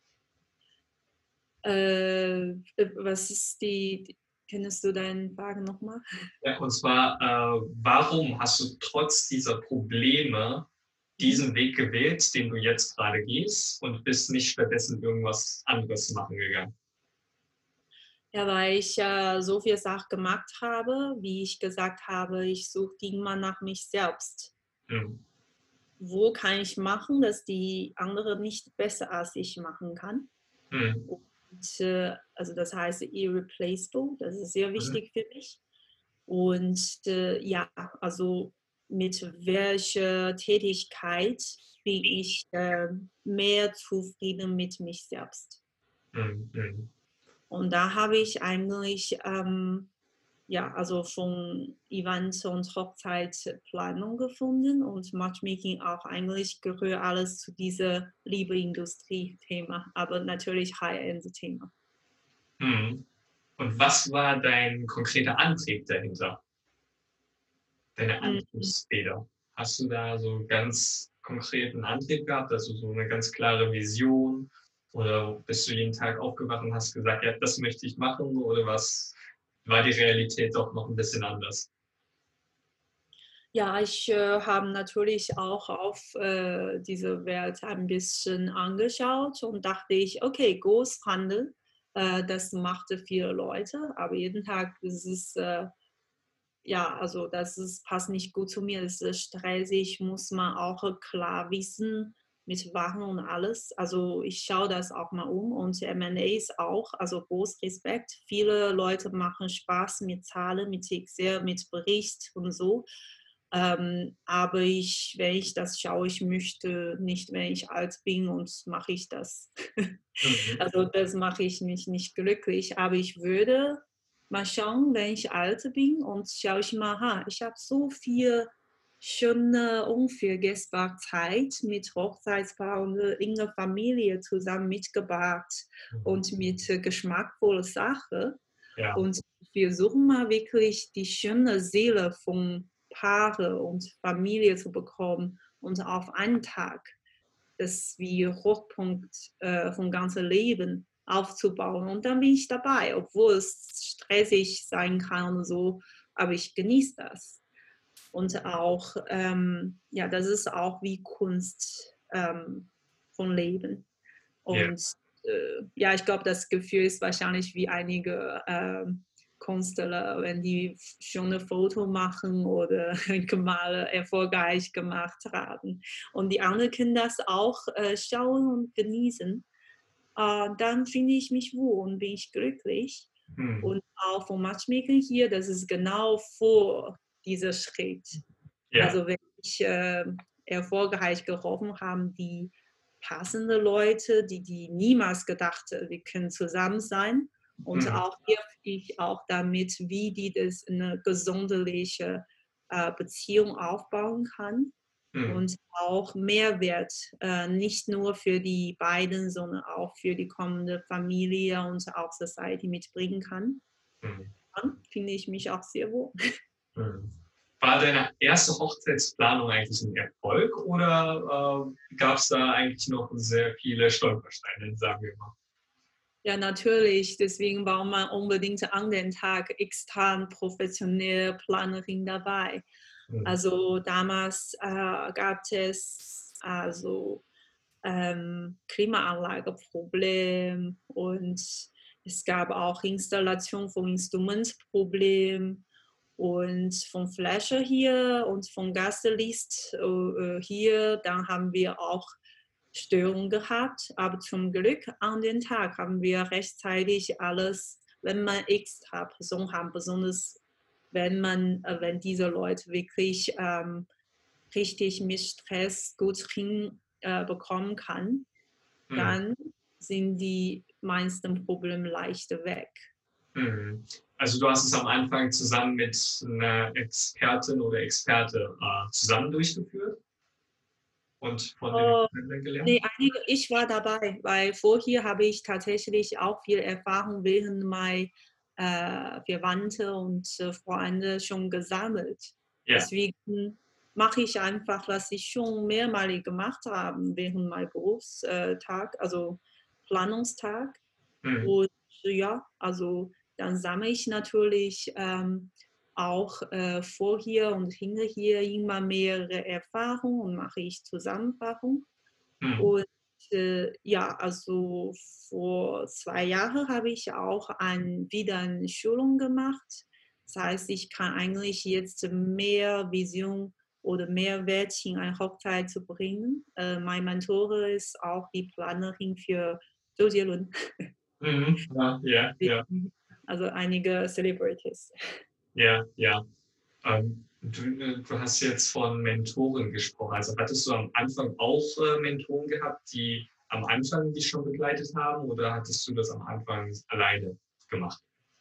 Was ist kennst du deinen Fragen nochmal? Ja, und zwar, warum hast du trotz dieser Probleme Mhm. diesen Weg gewählt, den du jetzt gerade gehst und bist nicht stattdessen irgendwas anderes machen gegangen? Ja, weil ich so viel Sachen gemacht habe, wie ich gesagt habe, ich suche immer nach mich selbst. Mhm. Wo kann ich machen, dass die andere nicht besser als ich machen kann? Mhm. Und, also das heißt irreplaceable, das ist sehr Mhm. wichtig für mich. Und ja, also mit welcher Tätigkeit bin ich mehr zufrieden mit mich selbst? Mhm. Mhm. Und da habe ich eigentlich ja, also von Events und Hochzeitsplanung gefunden und Matchmaking auch eigentlich gehört alles zu dieser Liebe-Industrie-Thema, aber natürlich High-End-Thema. Mhm. Und was war dein konkreter Antrieb dahinter? Deine Mhm. Antriebsfeder? Hast du da so 'n ganz konkreten Antrieb gehabt, also so eine ganz klare Vision? Oder bist du jeden Tag aufgewacht und hast gesagt: „Ja, das möchte ich machen“, oder war die Realität doch noch ein bisschen anders? Ja, ich habe natürlich auch auf diese Welt ein bisschen angeschaut und dachte ich, okay, Großhandel, das machte viele Leute, aber jeden Tag ist es ja, also das ist, passt nicht gut zu mir. Das ist stressig, muss man auch klar wissen mit Waren und alles. Also ich schaue das auch mal um und M&A ist auch, also groß Respekt. Viele Leute machen Spaß mit Zahlen, mit Excel, mit Bericht und so. Aber ich, wenn ich das schaue, ich möchte nicht, wenn ich alt bin und mache ich das. Mhm. Also das mache ich mich nicht glücklich. Aber ich würde mal schauen, wenn ich alt bin und schaue ich mal, ha, ich habe so viel schöne, unvergessbare Zeit mit Hochzeitspaar und in der Familie zusammen mitgebracht Mhm. und mit geschmackvoller Sache. Ja. Und ich wir suchen mal wirklich die schöne Seele von Paare und Familie zu bekommen und auf einen Tag das wie Hochpunkt vom ganzen Leben aufzubauen. Und dann bin ich dabei, obwohl es stressig sein kann und so, aber ich genieße das. Und auch, ja, das ist auch wie Kunst von Leben. Ja. Und ja, ich glaube, das Gefühl ist wahrscheinlich wie einige Künstler, wenn die schöne Foto machen oder Gemälde erfolgreich gemacht haben. Und die anderen können das auch schauen und genießen. Dann finde ich mich wohl und bin ich glücklich. Mhm. Und auch vom Matchmaking hier, das ist genau vor dieser Schritt. Ja. Also wenn ich erfolgreich geholfen habe, die passende Leute, die niemals gedacht, wir können zusammen sein. Und Mhm. auch hilf ich auch damit, wie die das eine gesundliche Beziehung aufbauen kann Mhm. und auch Mehrwert, nicht nur für die beiden, sondern auch für die kommende Familie und auch Society mitbringen kann. Mhm. Dann finde ich mich auch sehr wohl. Mhm. War deine erste Hochzeitsplanung eigentlich ein Erfolg oder gab es da eigentlich noch sehr viele Stolpersteine, sagen wir mal? Ja, natürlich. Deswegen war man unbedingt an den Tag extern professionelle Planerin dabei. Mhm. Also damals gab es also Klimaanlageproblem und es gab auch Installation von Instrumentproblem und von Fläche hier und von Gastelist hier. Dann haben wir auch Störungen gehabt, aber zum Glück an den Tag haben wir rechtzeitig alles, wenn man extra Person haben, besonders wenn diese Leute wirklich richtig mit Stress gut hinbekommen bekommen kann, Mhm. dann sind die meisten Probleme leichter weg. Mhm. Also du hast es am Anfang zusammen mit einer Expertin oder Experte zusammen durchgeführt und von den Oh, Experten gelernt? nee, ich war dabei, weil vorher habe ich tatsächlich auch viel Erfahrung während meiner Verwandte und Freunde schon gesammelt. Ja. Deswegen mache ich einfach, was ich schon mehrmalig gemacht habe während meinem Berufstag, also Planungstag. Mhm. Und ja, also dann sammle ich natürlich auch vorher und hinterher immer mehrere Erfahrungen und mache ich Zusammenfassung. Mhm. Und ja, also vor 2 Jahren habe ich auch wieder eine Schulung gemacht. Das heißt, ich kann eigentlich jetzt mehr Vision oder mehr Wert in eine Hochzeit zu bringen. Mein Mentor ist auch die Planerin für Zhou Jielun. Mhm. Ja, ja, ja, Also einige Celebrities. ja, ja. Du hast jetzt von Mentoren gesprochen. Also hattest du am Anfang auch Mentoren gehabt, die am Anfang dich schon begleitet haben oder hattest du das am Anfang alleine gemacht?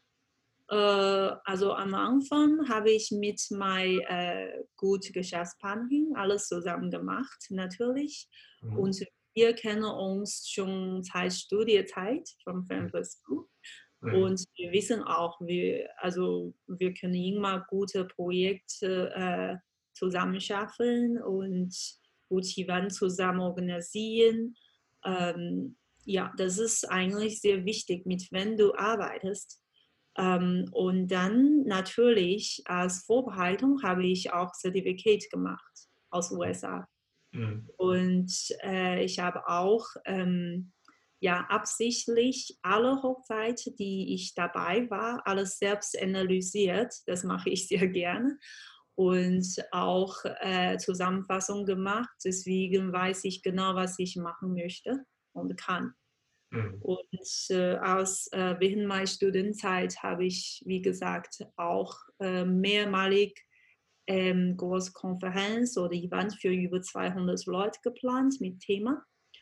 Also am Anfang habe ich mit meiner guten Geschäftspartnerin alles zusammen gemacht, natürlich. Mhm. Und wir kennen uns schon seit Studienzeit von Film for School. Mhm. Und wir wissen auch, also wir können immer gute Projekte zusammen schaffen und gute Events zusammen organisieren. Ja, das ist eigentlich sehr wichtig, mit wem du arbeitest. Und dann natürlich als Vorbereitung habe ich auch Zertifikat gemacht aus USA. Mhm. Und ich habe auch ja, absichtlich alle Hochzeiten, die ich dabei war, alles selbst analysiert. Das mache ich sehr gerne. Und auch Zusammenfassung gemacht. Deswegen weiß ich genau, was ich machen möchte und kann. Mhm. Und während meiner Studienzeit habe ich, wie gesagt, auch mehrmalig große Konferenz oder Event für über 200 Leute geplant mit Thema.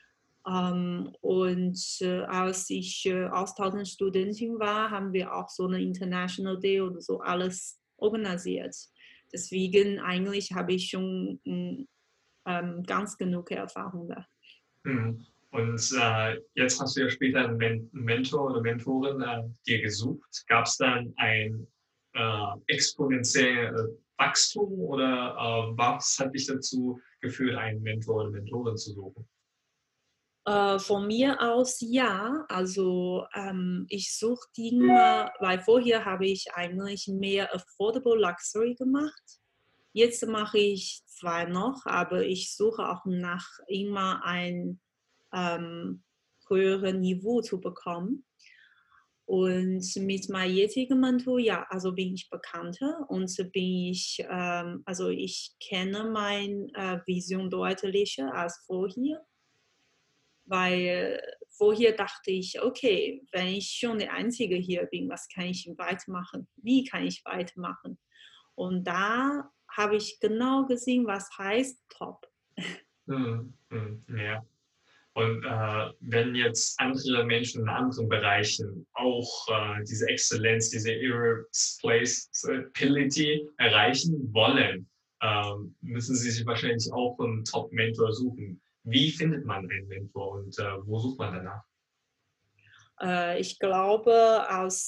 Und als ich Austauschstudentin war, haben wir auch so eine International Day oder so alles organisiert. Deswegen eigentlich habe ich schon ganz genug Erfahrung da. Mhm. Und jetzt hast du ja später einen Mentor oder Mentorin dir gesucht. Gab es dann ein exponentielles Wachstum oder was hat dich dazu geführt, einen Mentor oder Mentorin zu suchen? Von mir aus ja. Also ich suche immer, weil vorher habe ich eigentlich mehr Affordable Luxury gemacht. Jetzt mache ich zwar noch, aber ich suche auch nach immer ein ähm, höheren Niveau zu bekommen. Und mit meinem jetzigen Mentor, ja, also bin ich bekannter und bin ich, also ich kenne meine Vision deutlicher als vorher, weil vorher dachte ich, okay, wenn ich schon der Einzige hier bin, was kann ich weitermachen? Wie kann ich weitermachen? Und da habe ich genau gesehen, was heißt top. Mhm. Mhm. Ja. Und wenn jetzt andere Menschen in anderen Bereichen auch diese Exzellenz, diese Irreplaceability erreichen wollen, müssen sie sich wahrscheinlich auch einen Top-Mentor suchen. Wie findet man einen Mentor und wo sucht man danach? Ich glaube,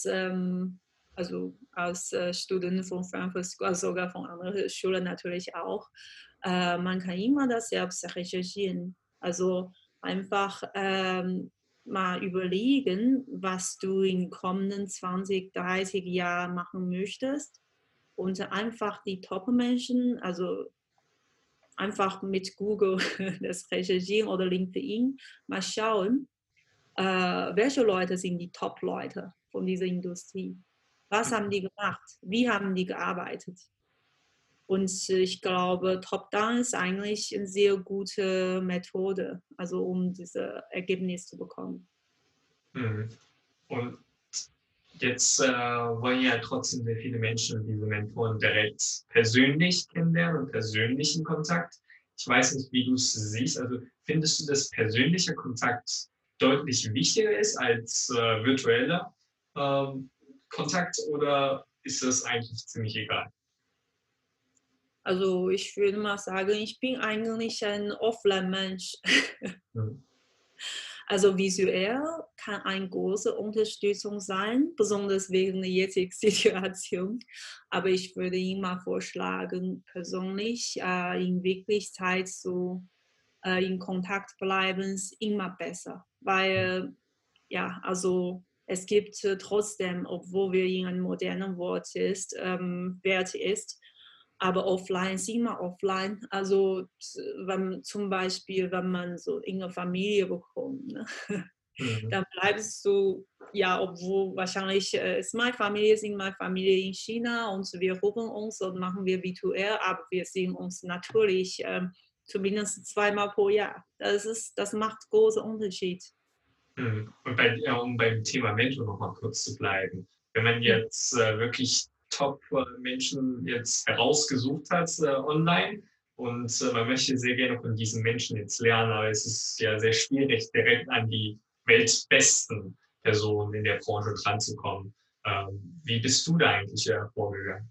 als Student von Frankfurt School, also sogar von anderen Schulen natürlich auch, man kann immer das selbst recherchieren. Also einfach mal überlegen, was du in den kommenden 20, 30 Jahren machen möchtest und einfach die Top-Menschen, also einfach mit Google das recherchieren oder LinkedIn mal schauen, welche Leute sind die Top-Leute von dieser Industrie? Was haben die gemacht? Wie haben die gearbeitet? Und ich glaube, Top-Down ist eigentlich eine sehr gute Methode, also um dieses Ergebnis zu bekommen. Mhm. Und jetzt wollen ja trotzdem sehr viele Menschen diese Mentoren direkt persönlich kennenlernen und persönlichen Kontakt. Ich weiß nicht, wie du es siehst. Also findest du, dass persönlicher Kontakt deutlich wichtiger ist als virtueller ähm, Kontakt oder ist das eigentlich ziemlich egal? Also ich würde mal sagen, ich bin eigentlich ein Offline-Mensch. Mhm. Also visuell kann eine große Unterstützung sein, besonders wegen der jetzigen Situation. Aber ich würde immer vorschlagen, persönlich in Wirklichkeit so in Kontakt bleiben, ist immer besser. Weil, ja, also es gibt trotzdem, obwohl wir in einem modernen Wert ist, aber offline ist immer offline. Also wenn, zum Beispiel, wenn man so in eine Familie bekommt, ne? Mhm. Dann bleibst du, ja, obwohl wahrscheinlich ist meine Familie, sind meine Familie in China und wir rufen uns und machen wir virtuell, aber wir sehen uns natürlich zumindest zweimal pro Jahr. Das macht großen Unterschied. Mhm. Und um beim Thema Mentor noch mal kurz zu bleiben. Wenn man Mhm. jetzt wirklich Top-Menschen jetzt herausgesucht hat online und man möchte sehr gerne von diesen Menschen jetzt lernen, aber es ist ja sehr schwierig, direkt an die weltbesten Personen in der Branche dranzukommen. Wie bist du da eigentlich vorgegangen,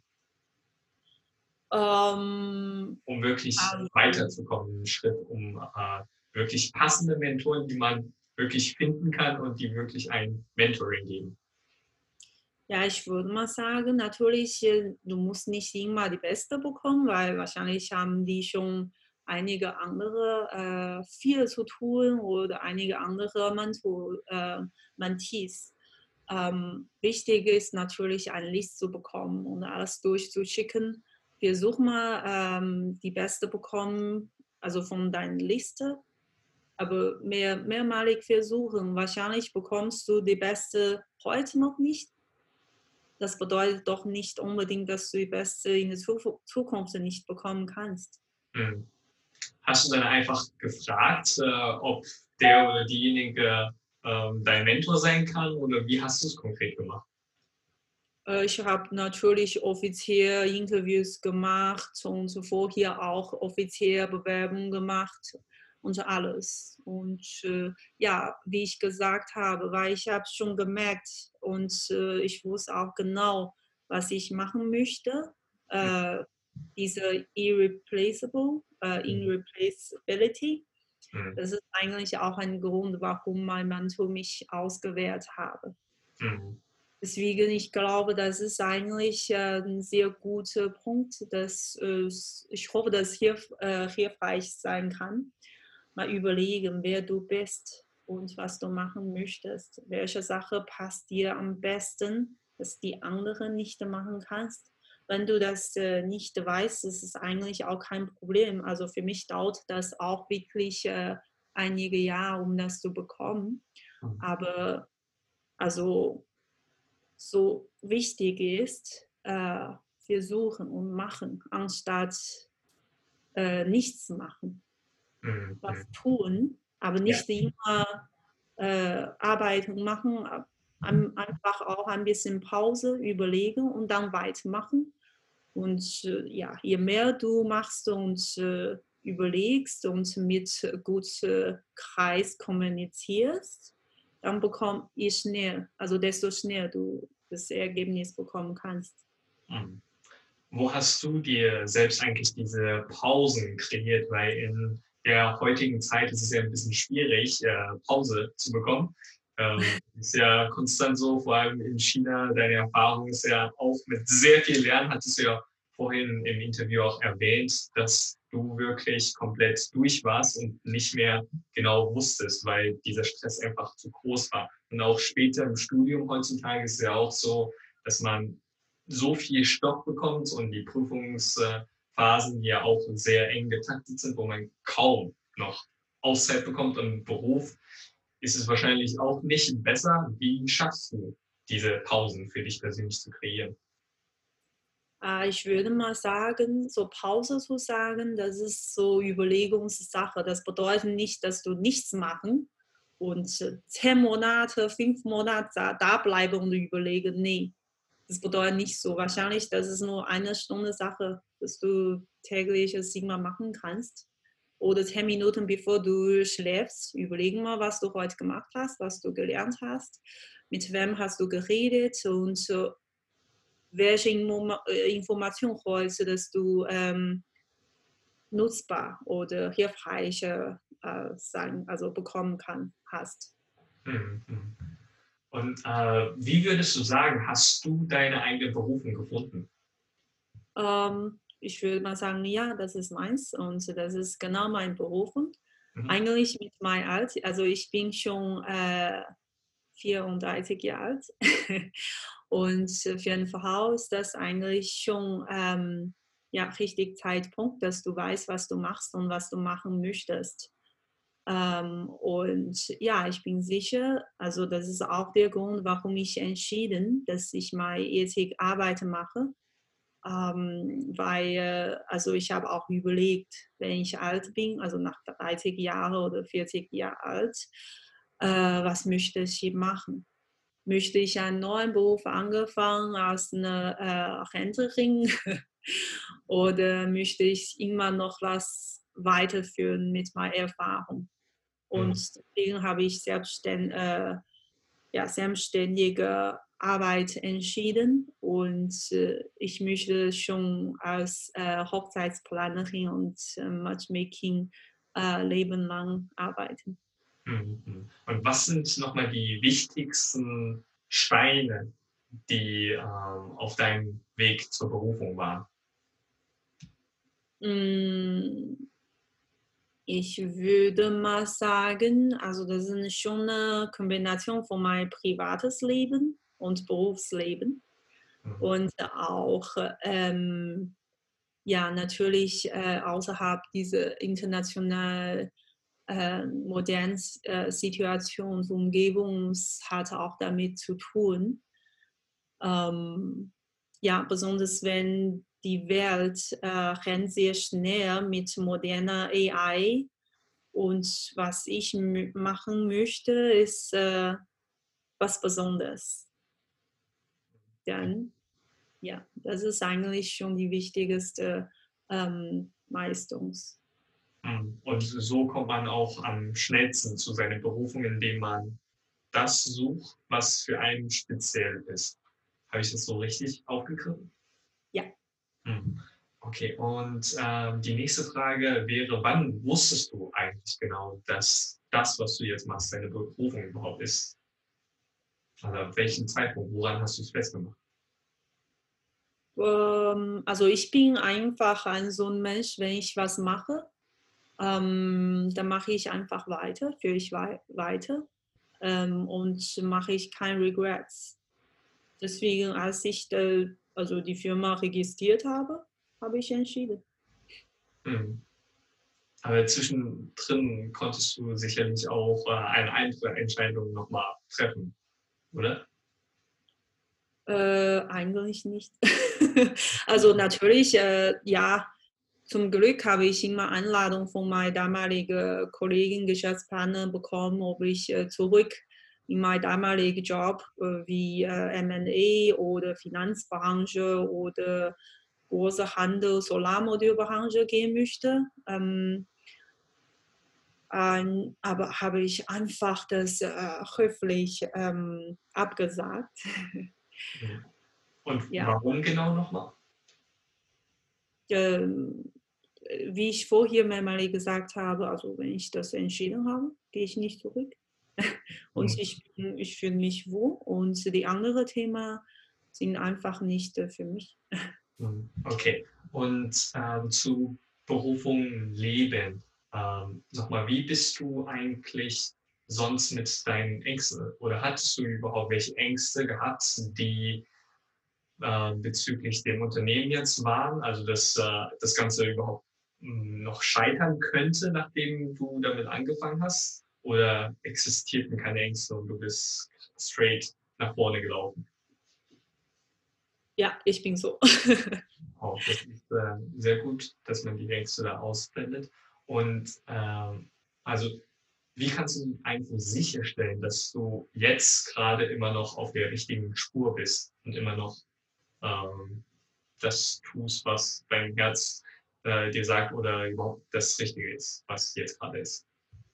Ähm, um wirklich also, weiterzukommen, einen Schritt, um wirklich passende Mentoren, die man wirklich finden kann und die wirklich ein Mentoring geben. ja, ich würde mal sagen, natürlich, du musst nicht immer die Beste bekommen, weil wahrscheinlich haben die schon einige andere viel zu tun oder einige andere Mentees. Wichtig ist natürlich, eine Liste zu bekommen und alles durchzuschicken. Versuch mal, die Beste bekommen, also von deiner Liste, aber mehrmalig versuchen. Wahrscheinlich bekommst du die Beste heute noch nicht. Das bedeutet doch nicht unbedingt, dass du die Beste in der Zukunft nicht bekommen kannst. Mhm. Hast du dann einfach gefragt, ob der oder diejenige dein Mentor sein kann oder wie hast du es konkret gemacht? Ich habe natürlich offiziell Interviews gemacht und vorher auch offiziell Bewerbungen gemacht und alles. Und ja, wie ich gesagt habe, weil ich habe schon gemerkt und ich wusste auch genau, was ich machen möchte. Äh, Irreplaceability. Mhm. Das ist eigentlich auch ein Grund, warum mein Mentor mich ausgewählt habe. Mhm. Deswegen, ich glaube, das ist eigentlich 'n sehr guter Punkt, dass ich hoffe, dass hilfreich sein kann. Mal überlegen, wer du bist und was du machen möchtest. Welche Sache passt dir am besten, dass die anderen nicht machen kannst. Wenn du das nicht weißt, ist es eigentlich auch kein Problem. Also für mich dauert das auch wirklich einige Jahre, um das zu bekommen. Mhm. Aber also so wichtig ist, versuchen und machen, anstatt nichts machen. Mhm. Was Mhm. tun, aber Ja. nicht immer arbeiten, machen, einfach auch ein bisschen Pause, überlegen und dann weitermachen. Und ja, je mehr du machst und überlegst und mit gutem Kreis kommunizierst, dann bekomme ich schnell, also desto schneller du das Ergebnis bekommen kannst. Mhm. Wo hast du dir selbst eigentlich diese Pausen kreiert? Weil in der heutigen Zeit ist es ja ein bisschen schwierig, Pause zu bekommen. Ist ja konstant so, vor allem in China. Deine Erfahrung ist ja auch mit sehr viel Lernen, hattest du ja vorhin im Interview auch erwähnt, dass du wirklich komplett durch warst und nicht mehr genau wusstest, weil dieser Stress einfach zu groß war. Und auch später im Studium heutzutage ist es ja auch so, dass man so viel Stoff bekommt und die Prüfungsphasen, die ja auch sehr eng getaktet sind, wo man kaum noch Auszeit bekommt im Beruf, ist es wahrscheinlich auch nicht besser. Wie schaffst du diese Pausen für dich persönlich zu kreieren? Ich würde mal sagen, so Pause zu sagen, das ist so Überlegungssache. Das bedeutet nicht, dass du nichts machen und 10 Monate, 5 Monate da bleiben und überlegen. Nee, das bedeutet nicht so. Wahrscheinlich, das ist nur eine Stunde Sache, dass du täglich es 7-mal machen kannst. Oder 10 Minuten bevor du schläfst, überlegen mal, was du heute gemacht hast, was du gelernt hast, mit wem hast du geredet und welche Information solltest du nutzbar oder hilfreich sein, also bekommen hast. Mhm, mhm. Und wie würdest du sagen, hast du deine eigene Berufung gefunden? Ich würde mal sagen, ja, das ist meins und das ist genau mein Beruf. Mhm. Eigentlich mit meinem Alter, also ich bin schon 34 Jahre alt und für eine Frau ist das eigentlich schon ja, richtig Zeitpunkt, dass du weißt, was du machst und was du machen möchtest. Und ja, ich bin sicher, also das ist auch der Grund, warum ich entschieden, dass ich meine jetzige Arbeit mache. Weil, also ich habe auch überlegt, wenn ich alt bin, also nach 30 Jahren oder 40 Jahre alt, was möchte ich hier machen? Möchte ich einen neuen Beruf angefangen als eine Rentnerin oder möchte ich immer noch was weiterführen mit meiner Erfahrung? Und Mhm. deswegen habe ich ja, selbstständige Arbeit entschieden und ich möchte schon als Hochzeitsplanerin und Matchmaking lebenlang arbeiten. Mhm, mhm. Und was sind nochmal die wichtigsten Steine, die auf deinem Weg zur Berufung waren? Mm, Ich würde mal sagen, also das ist schon eine Kombination von meinem privates Leben und Berufsleben Mhm. und auch ja, natürlich außerhalb dieser internationalen modernen Situationsumgebung hat auch damit zu tun. Ähm, ja, besonders wenn die Welt rennt sehr schnell mit moderner AI und was ich machen möchte, ist was Besonderes. Dann, ja, das ist eigentlich schon die wichtigste Leistungs. Und so kommt man auch am schnellsten zu seiner Berufung, indem man das sucht, was für einen speziell ist. Habe ich das so richtig aufgegriffen? Ja. Mhm. Okay, und die nächste Frage wäre, wann wusstest du eigentlich genau, dass das, was du jetzt machst, deine Berufung überhaupt ist? Also ab welchem Zeitpunkt, woran hast du es festgemacht? Also ich bin einfach so ein Mensch, wenn ich was mache, dann mache ich einfach weiter, führe ich weiter, und mache ich keine Regrets. Deswegen, als ich also die Firma registriert habe, habe ich entschieden. Mhm. Aber zwischendrin konntest du sicherlich auch eine andere Entscheidung nochmal treffen, oder? Eigentlich nicht. Also natürlich, ja, zum Glück habe ich immer Einladung von meiner damaligen Kollegin, Geschäftspartner bekommen, ob ich zurück in meinen damaligen Job wie M&A oder Finanzbranche oder große Handel, Solarmodulbranche gehen möchte. Aber habe ich einfach das höflich abgesagt. Mhm. Und Ja. warum genau nochmal? ähm, Wie ich vorher mehrmals gesagt habe, also wenn ich das entschieden habe, gehe ich nicht zurück. Und Mhm. ich fühle mich wohl. Und die anderen Themen sind einfach nicht für mich. Mhm. Okay. Und zu Berufung Leben. Nochmal, wie bist du eigentlich sonst mit deinen Ängsten oder hattest du überhaupt welche Ängste gehabt, die bezüglich dem Unternehmen jetzt waren, also dass das Ganze überhaupt noch scheitern könnte, nachdem du damit angefangen hast? Oder existierten keine Ängste und du bist straight nach vorne gelaufen? Ja, ich bin so. Auch das ist sehr gut, dass man die Ängste da ausblendet. Und also, wie kannst du einfach sicherstellen, dass du jetzt gerade immer noch auf der richtigen Spur bist und immer noch ähm, das tust, was dein Herz dir sagt oder überhaupt das Richtige ist, was jetzt gerade ist.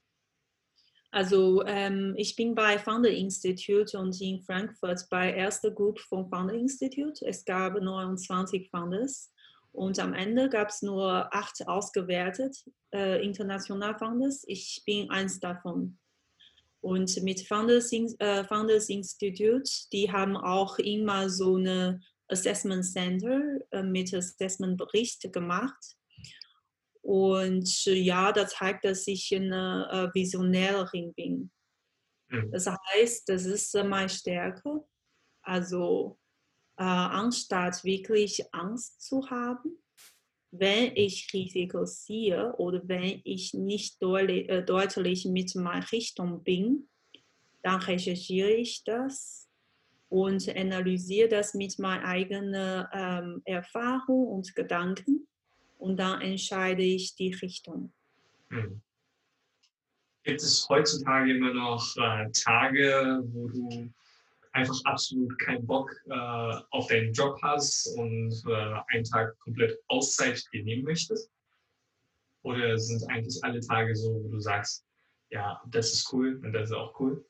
Also ich bin bei Founder Institute und in Frankfurt bei erster Group von Founder Institute. Es gab 29 Founders und am Ende gab es nur 8 ausgewertet international Founders. Ich bin eins davon. Und mit Founders Institute, die haben auch immer so eine Assessment Center mit Assessment-Bericht gemacht. Und ja, das zeigt, dass ich eine Visionärin bin. Mhm. Das heißt, das ist meine Stärke. Also anstatt wirklich Angst zu haben, wenn ich Risiko sehe oder wenn ich nicht deutlich mit meiner Richtung bin, dann recherchiere ich das und analysiere das mit meiner eigenen Erfahrung und Gedanken und dann entscheide ich die Richtung. Mhm. Gibt es heutzutage immer noch Tage, wo du einfach absolut keinen Bock auf deinen Job hast und einen Tag komplett Auszeit dir nehmen möchtest? Oder sind eigentlich alle Tage so, wo du sagst, ja, das ist cool und das ist auch cool?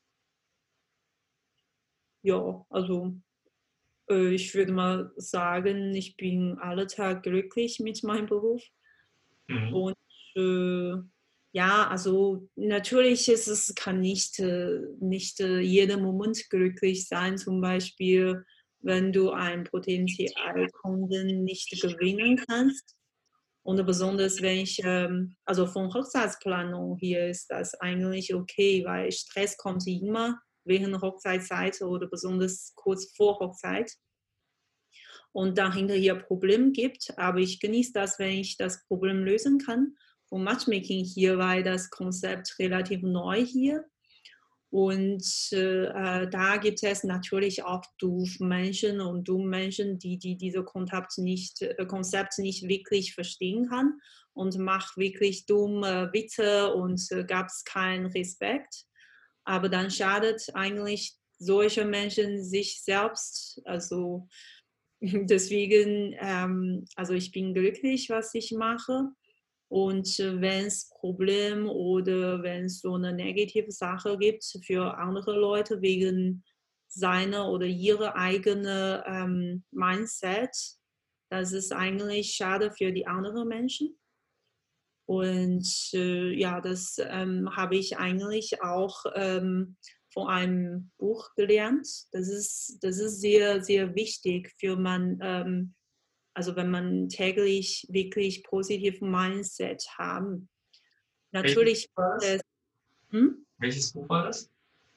Ja, also ich würde mal sagen, ich bin alle Tag glücklich mit meinem Beruf. Mhm. Und äh, ja, also natürlich ist es, kann nicht jeden Moment glücklich sein. Zum Beispiel, wenn du einen Potenzialkunden nicht gewinnen kannst. Und besonders wenn ich, also von Hochzeitsplanung hier ist das eigentlich okay, weil Stress kommt immer während Hochzeitszeit oder besonders kurz vor Hochzeit und dann hinterher Problem gibt. Aber ich genieße das, wenn ich das Problem lösen kann. Vom Matchmaking hier war das Konzept relativ neu hier. Und da gibt es natürlich auch Doof-Menschen und Dumm-Menschen, die diese Konzept nicht wirklich verstehen kann und macht wirklich dumme Witze und gab es keinen Respekt. Aber dann schadet eigentlich solche Menschen sich selbst. Also deswegen, also ich bin glücklich, was ich mache. Und wenn es Problem oder wenn es so eine negative Sache gibt für andere Leute wegen seiner oder ihrer eigenen Mindset, Das ist eigentlich schade für die anderen Menschen. Und ja, das habe ich eigentlich auch von einem Buch gelernt. Das ist sehr, sehr wichtig für man, also wenn man täglich wirklich positiven Mindset haben. Welches Natürlich Buch war gibt das? es, hm? Welches Buch war das?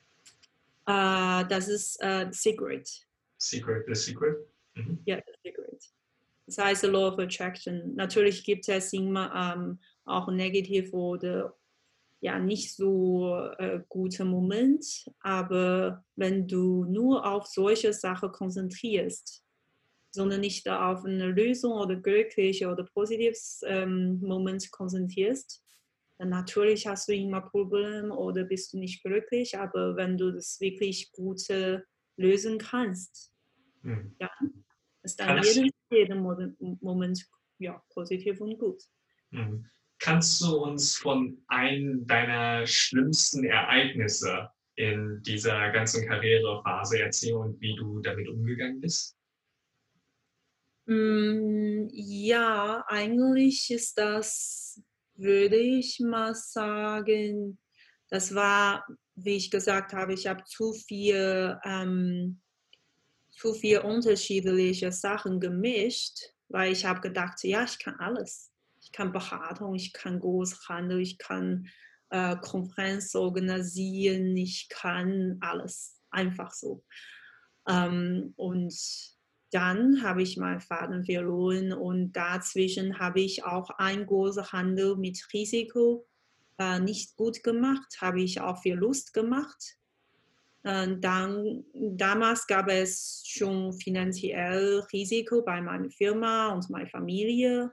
Das ist Secret. Secret, The Secret? Mhm. Ja, Secret. Das heißt Law of Attraction. Natürlich gibt es immer auch negative oder ja nicht so gute Moment, aber wenn du nur auf solche Sachen konzentrierst, sondern nicht auf eine Lösung oder glückliche oder positives Moment konzentrierst, dann natürlich hast du immer Probleme oder bist du nicht glücklich, aber wenn du das wirklich Gute lösen kannst, Mhm. ja, ist dann Kannst, jeden Moment ja, positiv und gut. mhm. Kannst du uns von einem deiner schlimmsten Ereignisse in dieser ganzen Karrierephase erzählen und wie du damit umgegangen bist? Ja, eigentlich ist das, würde ich mal sagen, das war, wie ich gesagt habe, ich habe zu viel unterschiedliche Sachen gemischt, weil ich habe gedacht, ja, ich kann alles. Ich kann Beratung, ich kann Großhandel, ich kann Konferenz organisieren, ich kann alles. Einfach so. Und dann habe ich meinen Faden verloren und dazwischen habe ich auch einen großen Handel mit Risiko nicht gut gemacht, habe ich auch Verlust gemacht. Damals gab es schon finanziell Risiko bei meiner Firma und meiner Familie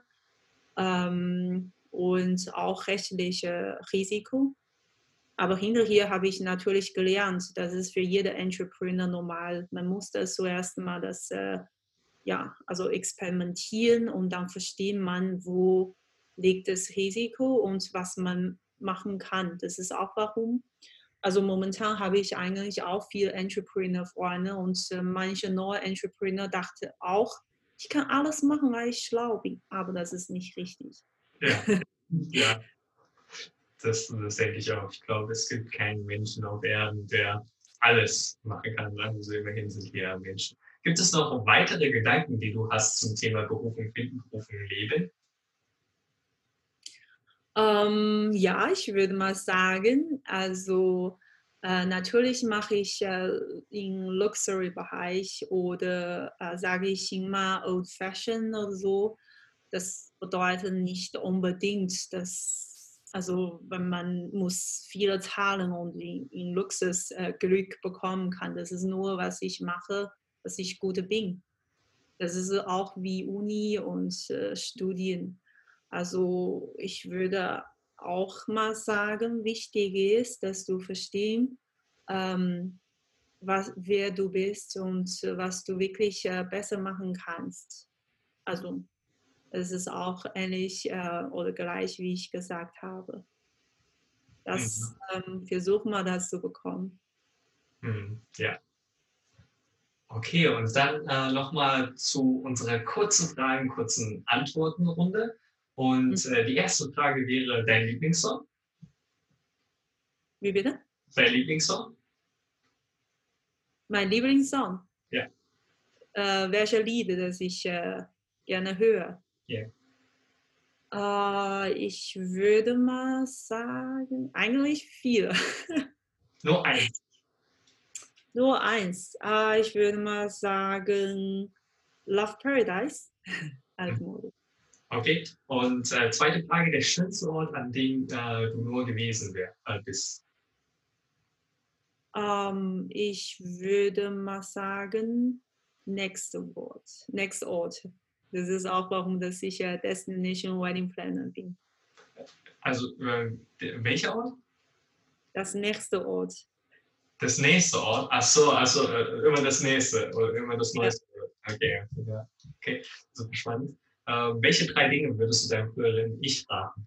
und auch rechtliche Risiko. Aber hinterher habe ich natürlich gelernt, das ist für jede Entrepreneur normal. Man muss das zuerst mal ja, also experimentieren und dann verstehen man, wo liegt das Risiko und was man machen kann. Das ist auch warum. Also momentan habe ich eigentlich auch viele Entrepreneur-Freunde und manche neue Entrepreneur dachten auch, ich kann alles machen, weil ich schlau bin. Aber das ist nicht richtig. Ja, ja, das denke ich auch. Ich glaube, es gibt keinen Menschen auf Erden, der alles machen kann. Also immerhin sind wir ja Menschen. Gibt es noch weitere Gedanken, die du hast zum Thema Berufung finden, Berufung leben? Ja, ich würde mal sagen, also natürlich mache ich im Luxury-Bereich oder sage ich immer Old Fashion oder so. Das bedeutet nicht unbedingt, dass, also wenn man muss viele zahlen und in Luxus Glück bekommen kann. Das ist nur, was ich mache, dass ich gut bin. Das ist auch wie Uni und Studien. Also ich würde auch mal sagen, wichtig ist, dass du verstehst, ähm, wer du bist und was du wirklich besser machen kannst. Also es ist auch ähnlich oder gleich, wie ich gesagt habe. Das Mhm. versuch mal das zu bekommen. Mhm. Ja. Okay, und dann nochmal zu unserer kurzen Fragen, kurzen Antwortenrunde. Und die erste Frage wäre dein Lieblingssong? Wie bitte? Dein Lieblingssong? Mein Lieblingssong. Ja, Welche Lieder, das ich gerne höre? ja. Ich würde mal sagen, eigentlich viele. Nur eins. Nur eins. Ich würde mal sagen, Love Paradise. Altmode. Okay. Und zweite Frage, der schönste Ort, an dem du nur gewesen bist. Ich würde mal sagen, nächste Wort. Next Ort. Das ist auch, warum dass ich Destination Wedding Planner bin. Also welcher Ort? Das nächste Ort. Das nächste Ort? Ach so, also immer das nächste oder immer das Ja. neueste. Okay, ja. Okay, super spannend. Welche drei Dinge würdest du deinem früheren Ich raten?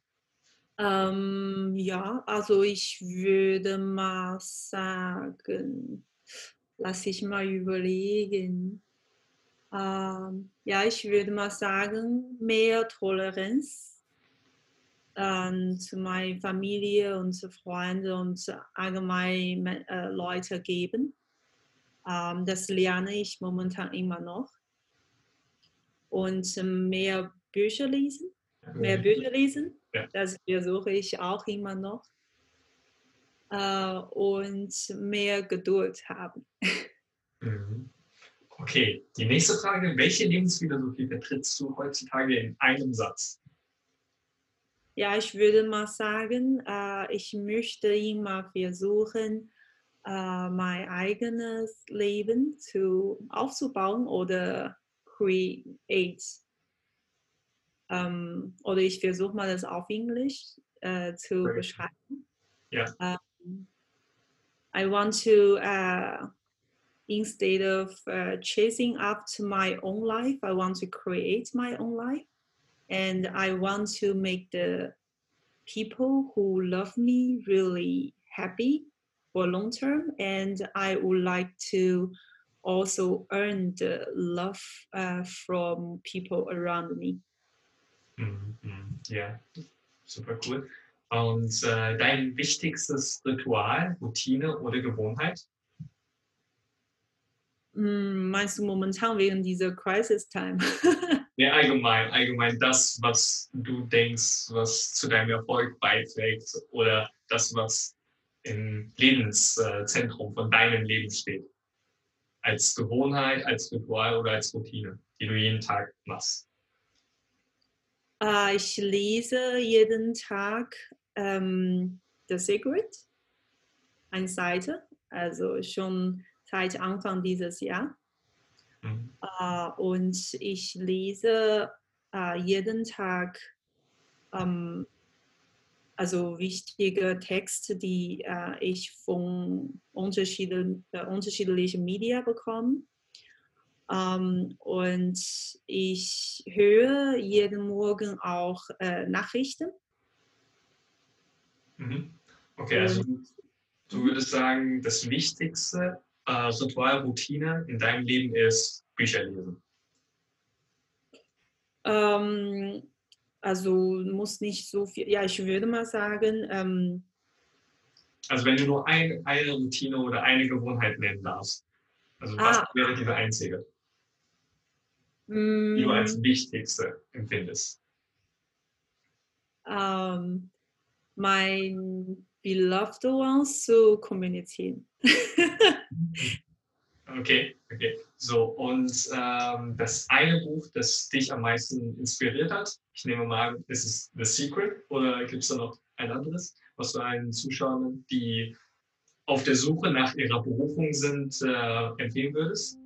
Ja, also ich würde mal sagen, lass ich mal überlegen. Ja, ich würde mal sagen, mehr Toleranz zu meiner Familie und zu Freunden und zu allgemein Leute geben. Das lerne ich momentan immer noch. Und mehr Bücher lesen, Ja. das versuche ich auch immer noch. Und mehr Geduld haben. Mhm. Okay, die nächste Frage. Welche Lebensphilosophie vertrittst du heutzutage in einem Satz? Ja, ich würde mal sagen, ich möchte immer versuchen, mein eigenes Leben aufzubauen oder create. Oder ich versuche mal das auf Englisch zu beschreiben. Ja. Um, I want to, instead of chasing after my own life, I want to create my own life. And I want to make the people who love me really happy for long term. And I would like to also earn the love from people around me. Mhm, mhm. Ja, super cool. Und dein wichtigstes Ritual, Routine oder Gewohnheit? Meinst du momentan während dieser Crisis Time? Ja, allgemein das, was du denkst, was zu deinem Erfolg beiträgt oder das, was im Lebenszentrum von deinem Leben steht. Als Gewohnheit, als Ritual oder als Routine, die du jeden Tag machst. Ich lese jeden Tag The Secret, eine Seite, also schon seit Anfang dieses Jahr. Mhm. Und ich lese jeden Tag also wichtige Texte, die ich von unterschiedlichen Medien bekomme. Und ich höre jeden Morgen auch Nachrichten. Mhm. Okay, also Und du würdest sagen, das wichtigste Ritual, Routine in deinem Leben ist Bücher lesen. ähm, also muss nicht so viel, ja, ich würde mal sagen, Also wenn du nur eine Routine oder eine Gewohnheit nennen darfst, also was ah, wäre diese einzige, die du mh, als wichtigste empfindest? ähm, mein beloved ones zu kommunizieren. Okay, okay. So, und das eine Buch, das dich am meisten inspiriert hat, ich nehme mal an, ist es The Secret oder gibt es da noch ein anderes, was du allen Zuschauern, die auf der Suche nach ihrer Berufung sind, empfehlen würdest?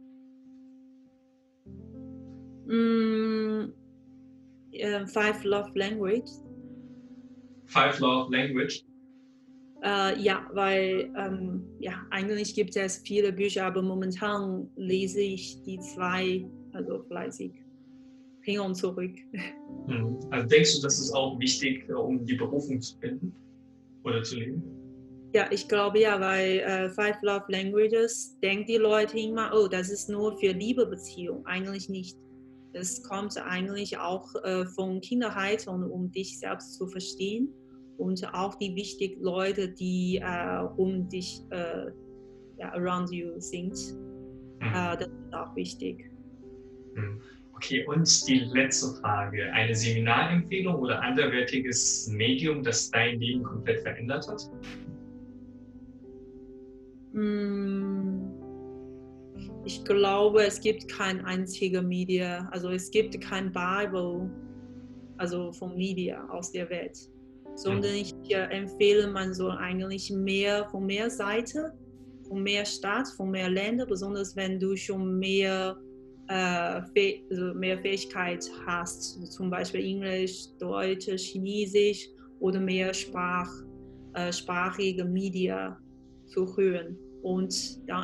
Mm, Five Love Language. Five Love Language. Ja, weil ja, eigentlich gibt es viele Bücher, aber momentan lese ich die zwei, also fleißig, hin und zurück. Also denkst du, das ist auch wichtig, um die Berufung zu finden oder zu leben? Ja, ich glaube ja, weil Five Love Languages denken die Leute immer, oh, das ist nur für Liebebeziehung. Eigentlich nicht. Es kommt eigentlich auch von Kinderheit und um dich selbst zu verstehen und auch die wichtigen Leute, die um dich, ja, around you sind. Das ist auch wichtig. Hm. Okay, und die letzte Frage. Eine Seminarempfehlung oder anderwertiges Medium, das dein Leben komplett verändert hat? Mm, Ich glaube, es gibt kein einziger Media, also es gibt kein Bible, also vom Media aus der Welt, sondern ich empfehle, man soll eigentlich von mehr Seite, von mehr Stadt, von mehr Länder, besonders wenn du schon also mehr Fähigkeit hast, zum Beispiel Englisch, Deutsch, Chinesisch oder mehr sprachige Media zu hören und dann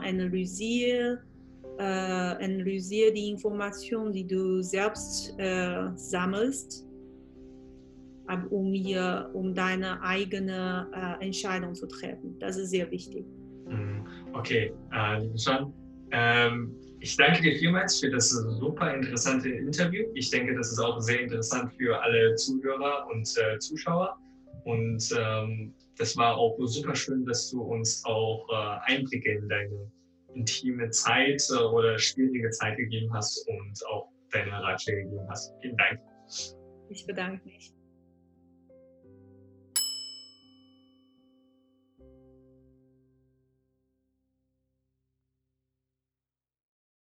analysiere die Informationen, die du selbst sammelst, um deine eigene Entscheidung zu treffen. Das ist sehr wichtig. Okay, liebe Shan, Ich danke dir vielmals für das super interessante Interview. Ich denke, das ist auch sehr interessant für alle Zuhörer und Zuschauer. Und das war auch super schön, dass du uns auch Einblicke in deine intime Zeit oder schwierige Zeit gegeben hast und auch deine Ratschläge gegeben hast. Vielen Dank. Ich bedanke mich.